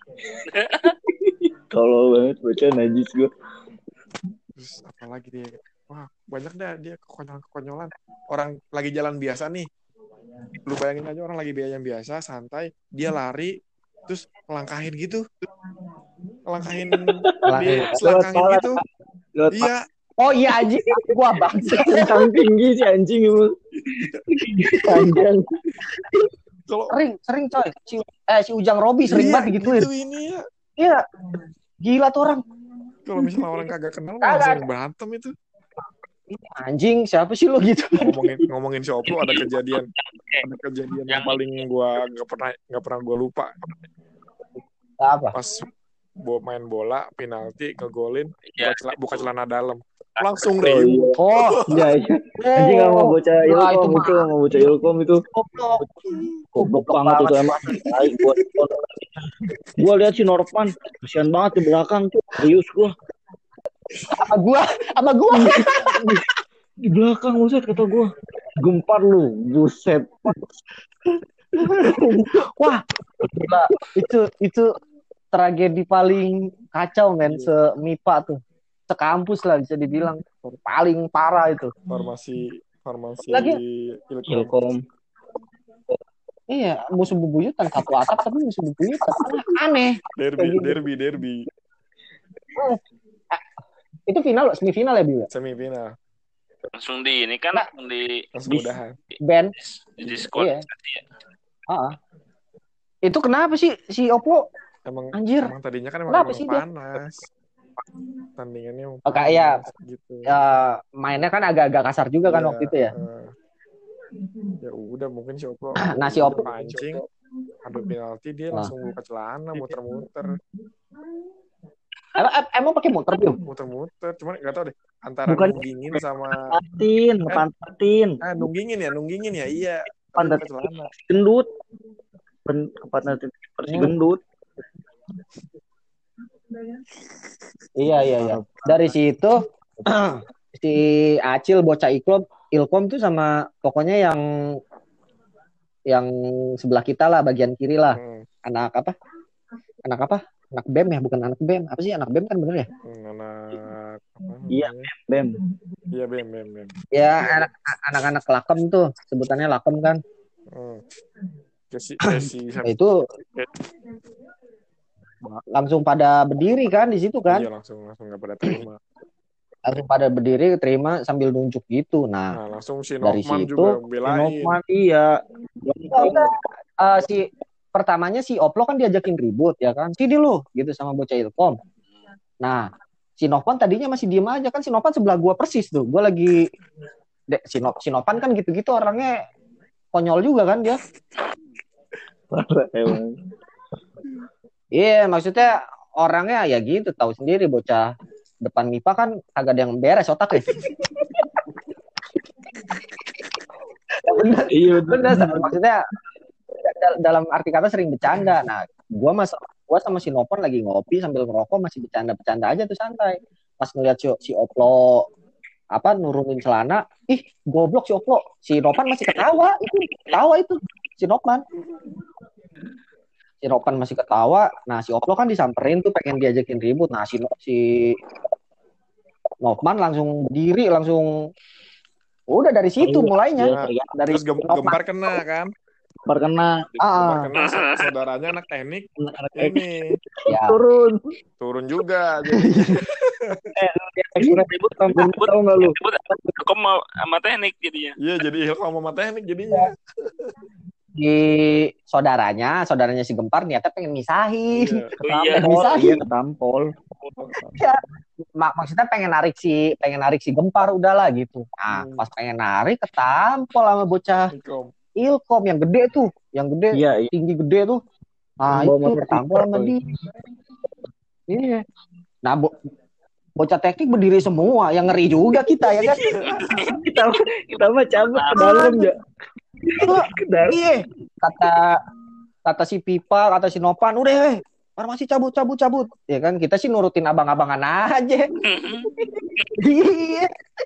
Tolol banget bocah najis gue. Terus apalagi dia? Wah, banyak dah dia kekonyolan-kekonyolan. Orang lagi jalan biasa nih. Lu bayangin aja orang lagi jalan biasa, santai, dia lari, terus ngelangkahin gitu. Ngelangkahin di selangkangin gitu. Lewat Iya. Oh iya anjing. Gua bangsa. Tentang tinggi si anjing itu. Panjang. Kalau Sering, sering coy. Si, eh, si Ujang Robi sering iya, banget digituin. gitu ini ya. Iya. Gila tuh orang. Kalau misalnya orang kagak kenal Kagak. langsung berantem itu. Anjing, siapa sih lo gitu? Ngomongin ngomongin si Oplo ada kejadian ada kejadian yang paling gua nggak pernah nggak pernah gua lupa. Apa? Pas bo main bola penalti ngegolin Ya. buka, celana, buka celana dalam langsung Oh, ribut. Oh, Iya, iya. Anjing gak mau bocah Nah, itu ilkom mah. itu, gak mau bocah ilkom itu. goblok. Goblok banget tuh emang. Gue gue lihat si Norpan, kasihan banget di belakang tuh. Serius gue. Sama gua, sama gua. Di belakang buset kata gue. Gempar lu, buset. Wah, gila. Itu itu tragedi paling kacau men se-M I P A tuh. Sekampus lah bisa dibilang paling parah itu. Farmasi farmasi Lagi- Ilkom. Ilkom. Iya, musuh bebuyutan satu atap tapi musuh bebuyutan. Aneh. Derby Kayak gitu. derby derby Itu final loh, semifinal ya, Bill? semifinal Langsung di ini kan langsung di langsung Bis- udahan. Ben. di Discord. Iya. Ah. Itu kenapa sih si Oppo? Emang Anjir. emang tadinya kan emang, Kenapa emang sih dia? panas. Tandingannya emang Oh, kayak- panas gitu. Ya, mainnya kan agak-agak kasar juga kan Iya, waktu itu ya. eh, ya udah mungkin si Oplo Nah, si Oplo- pancing adu penalti dia Ah. langsung buka celana muter-muter Emang, em- emang pakai motor, Bill? muter-muter cuman nggak tahu deh antara Bukan- nunggingin sama Pantin, ngepantin. ah nunggingin ya nunggingin ya iya tapi Pantat buka celana gendut. Ben, kepantin versi Hmm. gendut. Iya, iya, iya. Dari situ si Acil bocah Ilkom, Ilkom tuh sama pokoknya yang yang sebelah kita lah, bagian kiri lah. Hmm. Anak apa? Anak apa? anak B E M ya, bukan anak B E M. Apa sih anak B E M kan bener ya? Anak apa Iya, namanya? Bem. Iya, Bem, Bem, Bem. Ya anak anak-anak lakem tuh, sebutannya lakem kan. Hmm. Kayak si, kayak si Nah, itu langsung pada berdiri kan di situ kan. Iya, langsung langsung nggak pada terima. Langsung pada berdiri terima sambil nunjuk gitu. Nah, Nah, langsung si dari Nokman situ juga Si belain. Nokman iya. uh, si pertamanya si Oplo kan diajakin ribut ya kan. Sini lu gitu sama bocah Ilkom. Nah, si Nopan tadinya masih diem aja kan. Si Nopan sebelah gua persis tuh. Gua lagi Dek, si, no, si Nopan kan gitu-gitu orangnya konyol juga kan dia. Iya, yeah, maksudnya orangnya ya gitu, tahu sendiri bocah depan M I P A kan agak ada yang beres otaknya. Bener, Iya bener, maksudnya dalam arti kata sering bercanda. Nah, gua mas, gua sama si Nopan lagi ngopi sambil ngerokok masih bercanda-bercanda aja tuh santai. Pas ngeliat si, si Oplo apa nurunin celana, ih goblok si Oplo, si Nopan masih ketawa, itu ketawa itu si Nopan. Si Nopan masih ketawa. Nah, si Oplo kan disamperin tuh pengen diajakin ribut. Nah, si si Nopan langsung berdiri langsung udah dari situ mulainya. Nah, dari terus gem- gempar kena kan? Gempar kena. Gempar kena saudaranya anak teknik. Ini ya. turun. Turun juga jadinya. Ekstra ribut sampai tahu nggak lu? Kok mau sama teknik jadinya? Iya, jadi Ilkom sama teknik jadinya. Di saudaranya, saudaranya si Gempar niatnya pengen misahin. Iya. Oh, iya. Pengen misahin. Iya, ketampol. Ya, mak maksudnya pengen narik si pengen narik si Gempar udahlah gitu. Nah, Hmm. pas pengen narik ketampol sama bocah Ilkom. Ilkom yang gede tuh, yang gede, Iya, iya. tinggi gede tuh. Nah, Yang bawa itu motor ketampol tipper, sama coy. dia. Iya. Nah, bo- bocah teknik berdiri semua, yang ngeri juga kita ya kan. kita kita mah cabut ke dalam ya. Ke dalam. Iya, kata kata si Pipa, kata si Nopan, udah weh, farmasi cabut cabut cabut. Ya kan kita sih nurutin abang-abangan aja. Iya.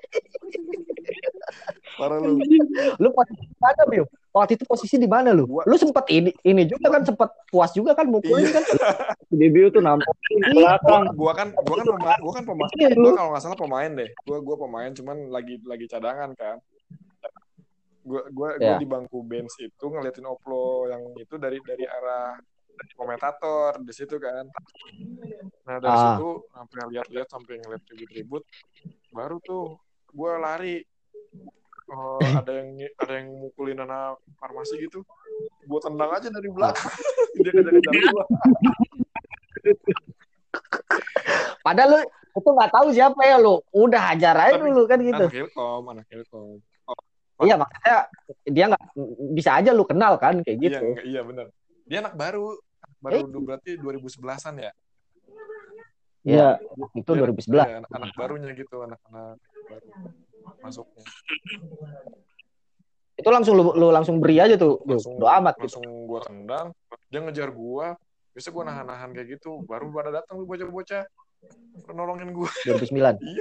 Parah lu. Lu posisi di mana, Biu? Waktu itu posisi di mana lu? Gua- Lu sempat ini ini juga kan sempat puas juga kan mukulin kan? Debut tuh nampol di belakang. Gua kan gua kan pemain, gua kan pemain. Iya, Gua lu. kalau nggak salah pemain deh. Gua gua pemain cuman lagi lagi cadangan kan. Gua gua gua Ya. di bangku bench itu ngeliatin Oplo yang itu dari dari arah komentator di situ kan. Nah, dari Ah. situ sampai lihat-lihat sampai ngeliat ribut-ribut baru tuh gua lari. Oh, ada yang ada yang mukulin anak farmasi gitu. Gua tendang aja dari belakang. Dia kejar-kejar gua. Padahal lu itu nggak tahu siapa ya lu. Udah hajar aja dulu kan gitu. Anak Ilkom, anak Ilkom. Iya maksudnya dia nggak bisa aja lu kenal kan kayak Iya, gitu. enggak, iya benar. Dia anak baru, baru du- berarti dua ribu sebelas-an ya. Iya, itu Dia- dua ribu sebelas. iya, anak, anak barunya gitu, anak-anak baru masuknya. Itu langsung lu, lu langsung beri aja tuh. Duh, Langsung doa amat gitu. langsung gua tendang, dia ngejar gua. Biasa gua nahan-nahan kayak gitu, baru pada datang tuh bocah-bocah nolongin gua. dua ribu sembilan. Iya,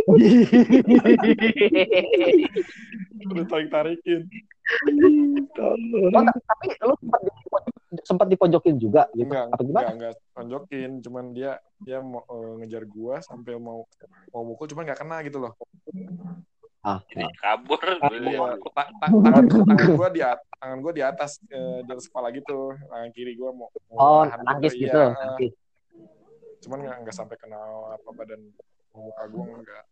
udah tarik-tarikin. Oh, tapi lu sempat dipojok- sempat dipojokin juga gitu. Enggak, Apa enggak, gimana? enggak tonjokin, cuman dia dia mau eh, ngejar gua sampai mau mau mukul cuman nggak kena gitu loh. Ah, Jadi kabur. Iya, ta- ta- tangan, tangan gue di atas, tangan gue di atas, eh, di atas kepala gitu, tangan kiri gue mau, mau oh, nahan nangkis iya, gitu. eh, Nangkis. cuman nggak nggak sampai kena apa badan muka gue enggak.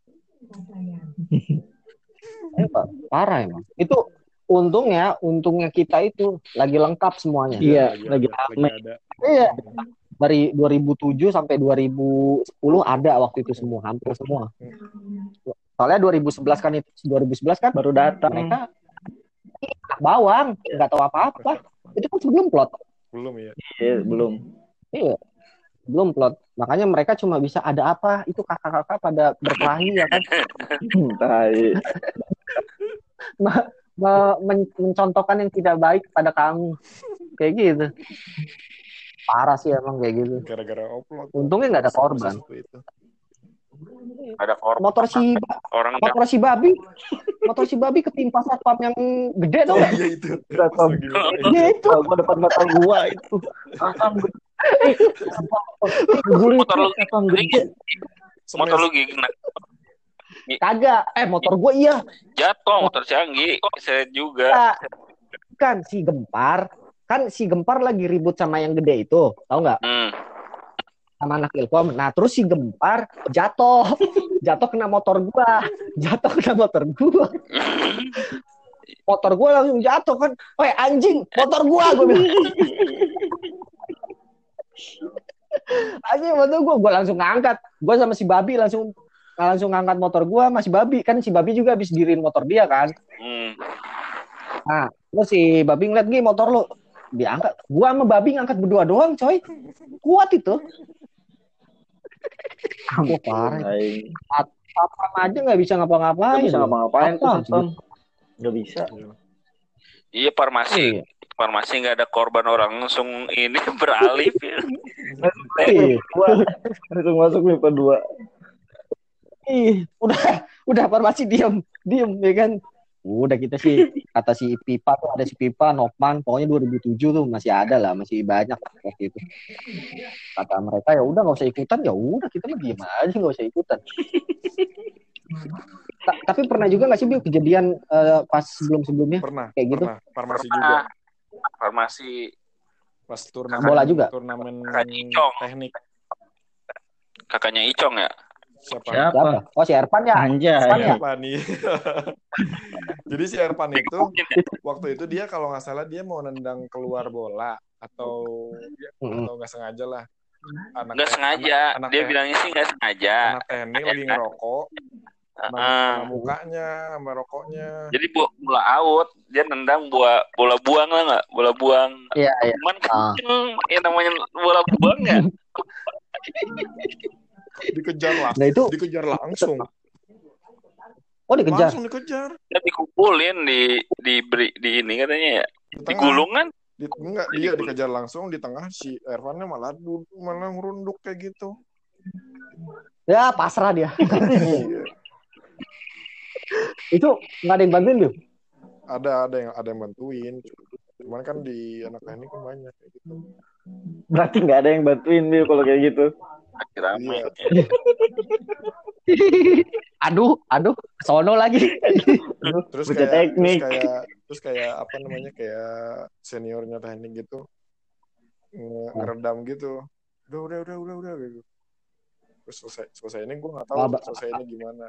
Eh, Pak, parah emang. Itu untungnya, untungnya kita itu lagi lengkap semuanya. Iya, lagi ada, lagi rame. ada. Iya. Dari dua ribu tujuh sampai dua ribu sepuluh ada waktu itu semua, hampir semua. Soalnya dua ribu sebelas kan itu dua ribu sebelas kan Baru datang. mereka anak bawang, nggak tahu apa-apa. Itu kan sebelum plot. Belum ya. Iya, belum. Iya. Belum plot. Makanya mereka cuma bisa ada apa? Itu kakak-kakak pada berkelahi ya kan. Tai. Me- me- men- mencontohkan yang tidak baik pada kamu. Kayak gitu. Parah sih emang kayak gitu. Gara-gara upload. Untungnya nggak ada korban. Itu. Ada korban. Motor si Orang motor si babi, motor si babi ketimpa satpam yang gede Oh dong. iya itu. Satpam. Pas lagi- Iya itu. Oh, gua depan mata gua itu. Asam Motor lu gigi, motor lu gigi kena. Kagak. Eh motor gue iya. Jatuh motor Canggi, saya juga. Nah, kan si Gempar, kan si Gempar lagi ribut sama yang gede itu, tahu nggak? Hmm. Sama anak Ilkom. Nah terus si Gempar jatuh, jatuh kena motor gua, jatuh kena motor gua. Motor gua langsung jatuh kan, weh anjing, motor gua, gua bilang. Anjing motor gua, gua langsung ngangkat. Gua sama si Babi langsung langsung ngangkat motor gua, masih Babi kan si Babi juga habis diriin motor dia kan. Hmm. Nah terus si Babi ngeliat gini motor lu diangkat, gua sama Babi ngangkat berdua doang coy, kuat itu. Aku parah. Apa aja nggak bisa ngapa-ngapain. Nggak bisa ngapa-ngapain tuh Sampam. Nggak bisa. Iya farmasi, farmasi nggak ada korban orang langsung ini beralih. Iya. Langsung masuk M I P A dua. Ih, udah udah farmasi diem, diem ya kan. Udah kita sih kata si Pipa tuh ada si Pipa, Nopman, pokoknya dua ribu tujuh tuh masih ada lah, masih banyak waktu itu. Kata mereka ya udah nggak usah ikutan, ya udah kita mah diem aja nggak usah ikutan. Ta- tapi pernah juga nggak sih Bill kejadian uh, pas sebelum sebelumnya Pernah. kayak gitu? Pernah. Farmasi juga. Farmasi Pas turnamen bola juga. Turnamen Kakaknya Icong. teknik. Kakaknya Icong ya? Siapa? Siapa? Siapa? Oh si Erpan ya. Anjay. Erpan ya. Erpan nih. Jadi si Erpan itu waktu itu dia kalau nggak salah dia mau nendang keluar bola atau Mm-mm. atau nggak sengaja lah. Anak Nggak sengaja. Anak, anak Dia teh- bilangnya sih nggak sengaja. anak teknik lagi ngerokok. Sama, Ah. sama mukanya, sama rokoknya. Jadi bu- bola out, dia nendang bola bola buang lah nggak? Bola buang. Iya iya. Cuman Ah. kenceng, ya namanya bola buang ya. Dikejar lah. Nah itu, Dikejar langsung. oh dikejar. Langsung dikejar. Dia dikumpulin di di beri- di ini katanya ya. Di Di tengah. gulungan. Di, enggak, dia dikejar langsung di tengah, si Ervannya malah duduk, malah ngerunduk kayak gitu. Ya pasrah dia. Iya. Itu nggak ada yang bantuin Bill. ada ada yang ada yang bantuin. Cuman kan di anak teknik kan banyak kayak gitu. Berarti nggak ada yang bantuin Bill kalau kayak gitu. Rame. Iya. Aduh, aduh, sono lagi. Terus Bocah kayak teknik. terus kayak terus kayak apa namanya kayak seniornya teknik gitu nge- ngeredam gitu. Udah udah udah udah udah gitu. Terus selesai selesai ini gue nggak tahu Oh, Abang- selesai ini gimana.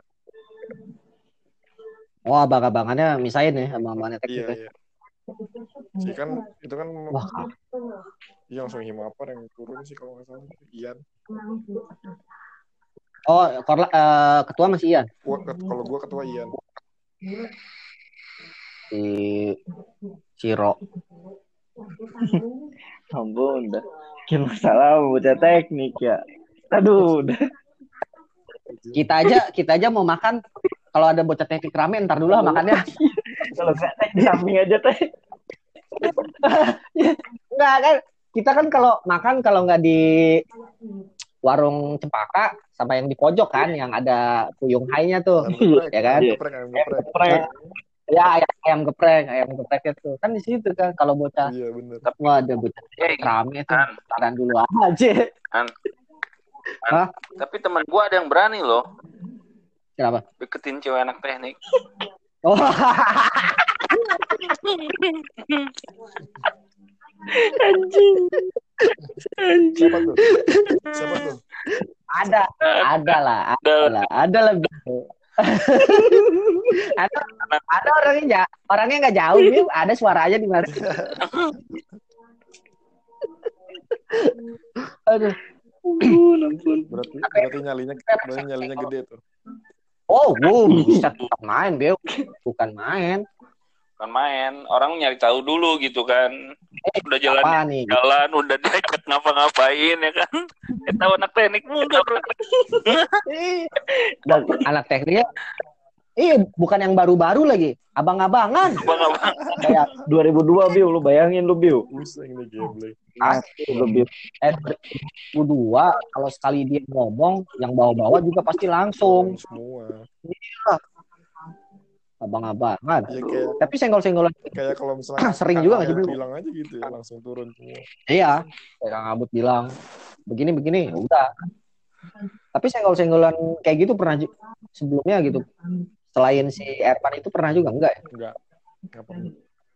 Oh, abang-abangannya misain ya, abang-abangannya teknik. Iya ya. iya. Sih kan itu kan Wah, iya langsung Himapar yang turun sih kalau nggak salah. Ian. oh, korla, eh, ketua masih Ian. Gua, kalau gue ketua Ian. Si Ciro. Ampun, udah. Bikin masalah bocah teknik ya. Aduh, udah. Kita aja, kita aja mau makan. Kalau ada bocah teknik rame, ntar dulu lah makannya. Kalau nggak teh di samping aja teh. Enggak kan? Kita kan kalau makan kalau nggak di warung Cempaka sama yang di pojok kan, yang ada puyung hai-nya tuh, Ayam geprek, ya kan? ayam geprek, ayam geprek. Geprek. Ya ayam, ayam geprek, ayam gepreknya tuh kan di situ kan. Kalau bocah, Iya bener. wah ada bocah Eh, rame tuh, An, taran dulu aja. An. Hah? Tapi teman gua ada yang berani loh Kenapa? deketin cewek anak teknik. Oh, Siapa tuh? Siapa tuh? ada, ada lah, ada lah, ada lah. ada, ada orangnya nggak, orangnya nggak jauh, Bim. Ada suaranya di mana? Aduh. Berarti berarti nyalinya berarti nyalinya gede tuh. Oh, wow, bisa bukan main, Bel. Bukan main. Kan main, orang nyari tahu dulu gitu kan. Udah jalan Apa nih? jalan, udah diajak ngapa-ngapain ya kan. Eh, tahu anak teknik muda bro. Dan anak tekniknya, iya, bukan yang baru-baru lagi. Abang-abangan. Abang-abang. Kayak dua ribu dua Bill, lu bayangin lu Bill. Pusing nih gameplay. Asli lu Bill. eh, dua ribu dua, kalau sekali dia ngomong, yang bawa-bawa juga pasti langsung. Semua. abang-abangan. Ya kayak Tapi senggol-senggolan kayak kalau misalnya sering Kang juga nggak Abut sih, Bro? bilang aja gitu ya, langsung turun semua. Iya, kayak Kang Abut bilang begini begini, ya udah. Tapi senggol-senggolan kayak gitu pernah ju- sebelumnya gitu. Selain si Ervan itu pernah juga enggak ya? Enggak, enggak pernah.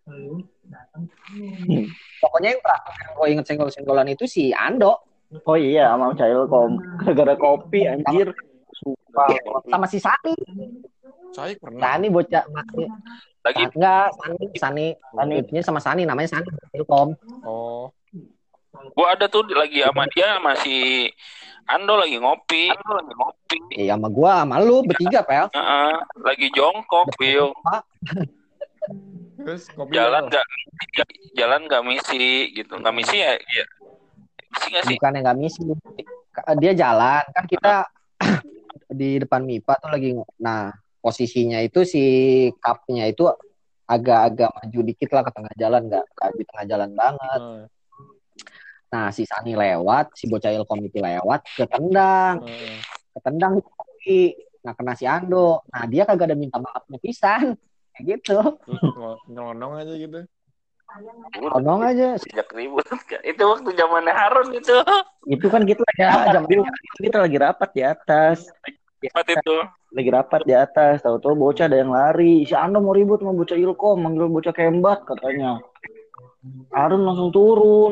Pokoknya yang terakhir yang gue inget senggol-senggolan itu si Ando Oh iya, sama Cailkom. Gara-gara kopi anjir. Sumpah. sama si Sani. Saya pernah. Sani bocah Lagi enggak Sani Sani Sani. Sani sama Sani namanya Sani Ilkom. Oh, gua ada tuh lagi sama dia masih Ando lagi ngopi. Ando lagi ngopi. Iya sama gua sama lu bertiga Pel. Heeh, lagi jongkok, Bill. terus kopi Jalan apa? nggak jalan nggak misi gitu. Nggak misi ya? Iya. Misi nggak sih? Bukan yang nggak misi, dia jalan kan kita di depan M I P A tuh lagi. Nah posisinya itu si cupnya itu agak-agak maju dikit lah ke tengah jalan, nggak nggak di tengah jalan banget. Nah, Nah si Sani lewat, si bocah Ilkom itu lewat, ketendang, nah. ketendang kopi. Nah kena si Ando. Nah dia kagak ada minta maafnya pisan, kayak gitu. Terus nyelonong aja gitu. Ngomong aja. Sejak ribut. Itu waktu zamannya Harun itu. Itu kan kita lagi Ya, rapat. jam Bil. Itu kita lagi rapat di atas. Cepat itu. Lagi rapat di atas. Tahu-tahu bocah ada yang lari. Si Ando mau ribut sama bocah Ilkom, manggil bocah Kembat katanya. Arun langsung turun.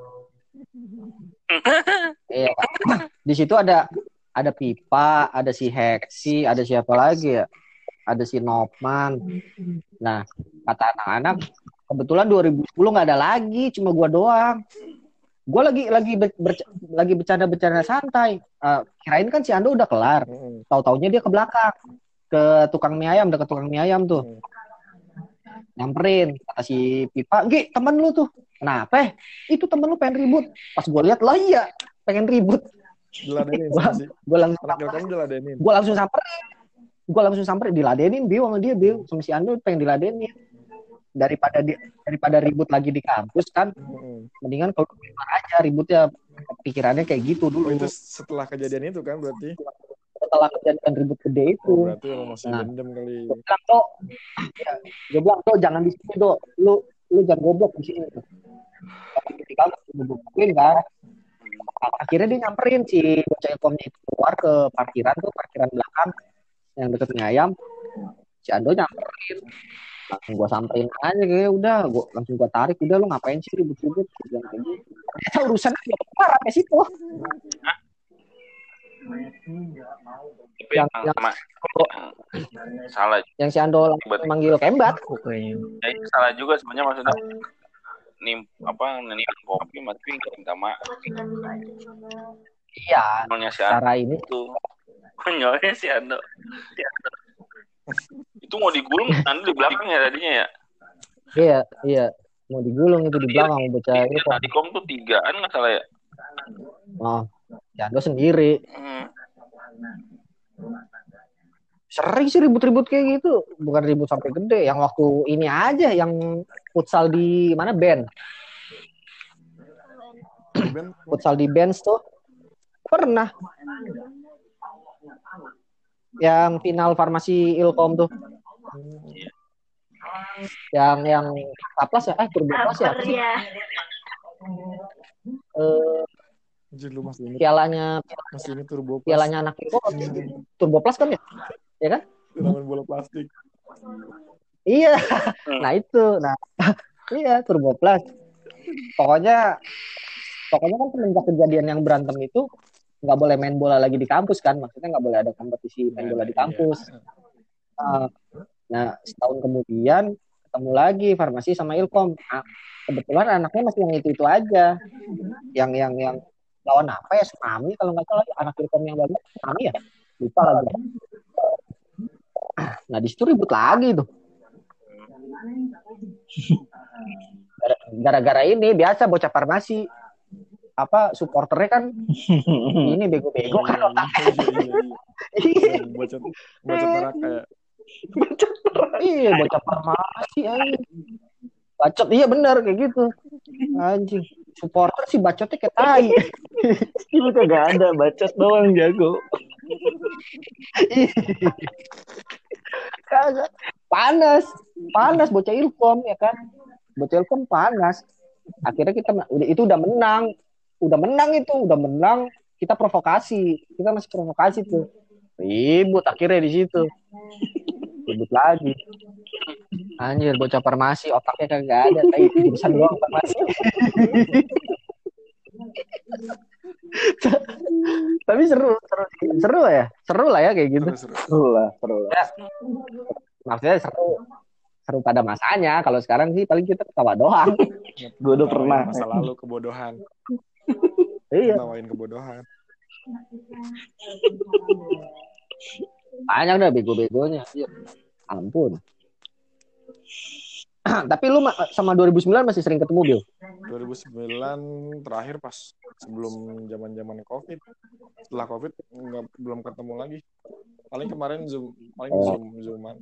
Iya. Di situ ada ada Pipa, ada si Heksi, ada siapa lagi ya? Ada si Nopman. Nah, kata anak-anak, kebetulan dua ribu sepuluh nggak ada lagi, cuma gua doang. Gua lagi lagi ber, ber- lagi bercanda-bercanda santai. Uh, kirain kan si Ando udah kelar. Mm-mm. Tahu-taunya dia ke belakang, ke tukang mie ayam, dekat tukang mie ayam tuh. Mm. Nyamperin, kata si Pipa, "Gi, temen lu tuh." Kenapa? Eh, itu temen lu pengen ribut. Pas gua lihat, lah iya, pengen ribut. Diladenin Gua, sih. gua langsung Anak Ilkom diladenin. gua langsung samperin. Gua langsung samperin, diladenin Biu sama dia, Biu. Sama si Ando pengen diladenin. Daripada di, daripada ribut lagi di kampus kan, Mm-mm. mendingan kalau keluar aja ributnya, pikirannya kayak gitu Oh, dulu. itu setelah kejadian itu kan berarti? Setelah kejadian ribut gede itu. Oh, berarti emang masih Nah. dendam kali. Gue bilang, "Do, ya, gue bilang, Do, jangan di sini, Do. Lu lu jangan goblok di sini." Di kampus gue goblin kan. Akhirnya dia nyamperin si bocah Ilkomnya itu keluar ke parkiran tuh, parkiran belakang yang deket mie ayam. Si Ando nyamperin, langsung gue samperin aja kayak udah, gue langsung gue tarik, udah lu ngapain sih ribut-ribut? Gue bilang kayak gitu. Ternyata urusannya udah kelar sampai situ. Tapi Yang, yang, yang, sama- yang salah. yang si Ando langsung manggil Kembat. Pokoknya. Ya, itu salah juga sebenarnya maksudnya. Nih apa nih kopi tapi nggak minta maaf. Iya, Konyolnya si Ando cara ini itu. Konyolnya si Ando. Si Ando. Itu mau digulung Ando di belakang ya tadinya ya. iya iya mau digulung itu di belakang mau bocah Iya, itu. tadi kom tuh tigaan nggak salah ya. Oh, si Ando sendiri. Hmm. Sering sih ribut-ribut kayak gitu, bukan ribut sampai gede. Yang waktu ini aja yang futsal di mana band, Ben, futsal di bench tuh pernah. Yang final farmasi Ilkom tuh. Yang yang Kaplas ya, eh Turbo Plus ya. apa sih? ya. Eh, anjir lu masih ini pialanya masih ini turbo plus. pialanya anak Ilkom Turbo Plus kan ya? Ya kan? Turnamen bola plastik. Iya. Nah itu, nah iya Turbo Plus. Pokoknya, pokoknya kan semenjak kejadian yang berantem itu nggak boleh main bola lagi di kampus kan, maksudnya nggak boleh ada kompetisi main bola di kampus. Nah, nah setahun kemudian ketemu lagi farmasi sama Ilkom. Nah, kebetulan anaknya masih yang itu itu aja, yang yang yang lawan apa ya Tsunami kalau nggak salah anak Ilkom yang baru Tsunami ya, lupa lagi. Nah di situ ribut lagi tuh. Gara-gara ini biasa bocah farmasi apa supporternya kan ini bego-bego kan otaknya. Iya, bocot bocot neraka ya. Iya bocah farmasi anjing. Bacot iya benar kayak gitu. Anjing. Supporter sih bacotnya kayak tai. Itu kagak ada, bacot doang jago. Kagak. panas, panas bocah Ilkom ya kan, bocah Ilkom panas. Akhirnya kita udah itu udah menang, udah menang itu udah menang, kita provokasi, kita masih provokasi tuh, ribut akhirnya di situ, ribut lagi. Anjir bocah farmasi otaknya kagak ada, tapi jurusan doang farmasi. Tapi seru, seru, seru ya, seru lah ya kayak gitu. Seru, seru. Seru lah, seru lah. Ya, maksudnya seru, seru pada masanya. Kalau sekarang sih paling kita ketawa doang. Gue udah Tawain pernah. masa lalu kebodohan. Iya, Tawain kebodohan. banyak dah bego-begonya. Iya. Ampun. Tapi lu ma- sama dua ribu sembilan masih sering ketemu, Bil? dua ribu sembilan terakhir pas sebelum zaman-zaman Covid. Setelah Covid nggak belum ketemu lagi. Paling kemarin Zoom, paling Oh. Zoom Zooman.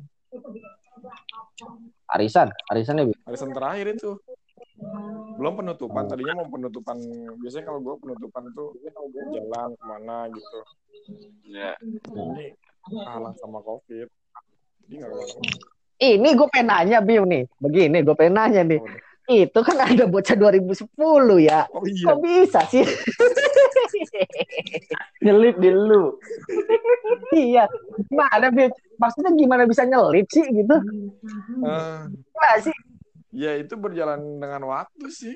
Arisan, arisan ya, Bil? Arisan terakhir itu. Belum penutupan, tadinya mau penutupan. Biasanya kalau gue penutupan tuh jalan kemana gitu. Ya. Ini kalah sama Covid. Jadi nggak kemana-mana. Ini gue pengen nanya, Bil nih. Begini, gue pengen nanya nih. Itu kan ada bocah dua ribu sepuluh ya. Oh iya. Kok bisa sih? Nyelip di lu. Iya. Gimana, Bil? Maksudnya gimana bisa nyelip sih gitu? Uh, Gimana sih? ya itu berjalan dengan waktu sih.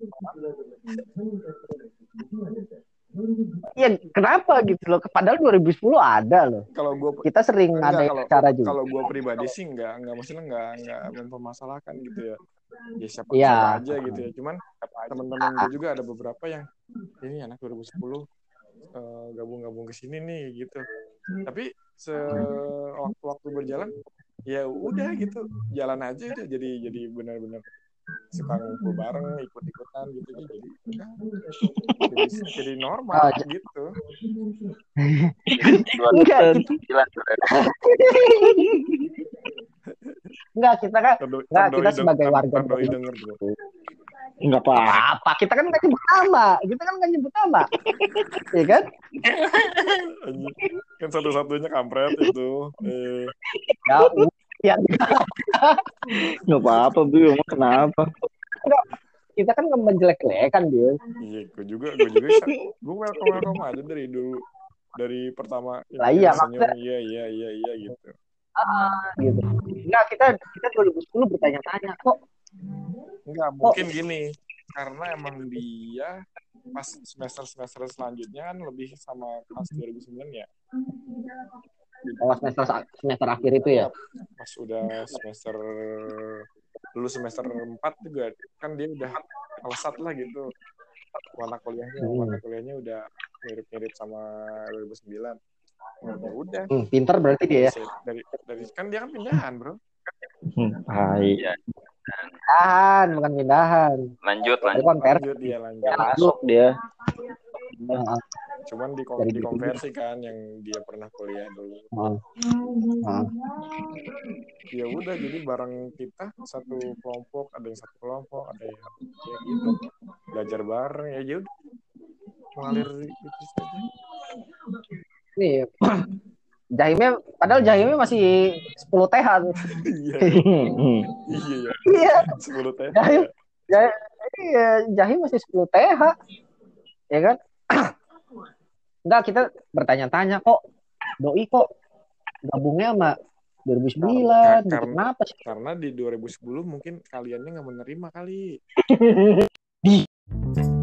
Iya, kenapa gitu loh? Padahal dua ribu sepuluh ada loh. Kalau gue Kita sering enggak, ada kalau acara juga. kalau gue pribadi sih enggak enggak maksudnya enggak enggak mempermasalahkan gitu ya. Ya siapa Iya. siapa aja gitu ya. Cuman teman-teman gue juga ada beberapa yang ini anak dua ribu sepuluh uh, gabung-gabung ke sini nih gitu. Tapi sewaktu-waktu berjalan ya udah gitu, jalan aja udah jadi jadi benar-benar suka ngumpul bareng, ikut-ikutan gitu jadi udah jadi, jadi normal Oh, gitu. Enggak, Gila, enggak kita kan Terdoi- enggak kita terdoi sebagai deng- warga terdoi denger bro. Enggak apa. apa? Kita kan nggak nyebut nama, kita kan nggak nyebut nama, iya kan? Anjing. Kan satu-satunya kampret itu. Eh, Ya, ya Enggak apa-apa, Bil. Emang kenapa? kita kan nggak menjelek-jelekan dia. iya, gue juga, gue juga, gue welcome welcome aja dari dulu, dari pertama. Lah iya, senyum, maksudnya- iya, iya, iya, iya gitu. Ah, gitu. Enggak, kita kita dua ribu sepuluh bertanya-tanya kok. Enggak, mungkin gini, karena emang dia pas semester-semester selanjutnya kan lebih sama kelas dua ribu sembilan ya. Oh, semester semester akhir itu ya. Pas udah semester lulus semester empat juga kan dia udah melesat lah gitu. Mata kuliahnya, Hmm. mata kuliahnya udah mirip-mirip sama dua ribu sembilan. Ya udah. Hmm, pinter berarti dia ya. Dari dari kan dia kan pindahan, Bro. Hmm, hai. Iya. Pindahan, bukan pindahan. Lanjut, Itu lanjut. konversi. Lanjut dia lanjut. Masuk dia. Nah, Cuman di Dari- dikonversi kan yang dia pernah kuliah dulu. nah, nah. Ya udah jadi bareng kita satu kelompok, ada yang satu kelompok, ada yang ya gitu. Belajar bareng ya ya udah. Mengalir itu saja. Nih, Jahimnya, padahal Jahimnya masih sepuluh T H. Iya. Hmm. Iya ya. Iya, sepuluh teh. Jahim, Jahim, iya, Jahim masih sepuluh T H. Ya kan? Enggak, kita bertanya-tanya kok. Doi kok gabungnya sama dua ribu sembilan. Gitu. Karena- Kenapa sih? Karena di dua ribu sepuluh mungkin kaliannya nggak menerima kali. Di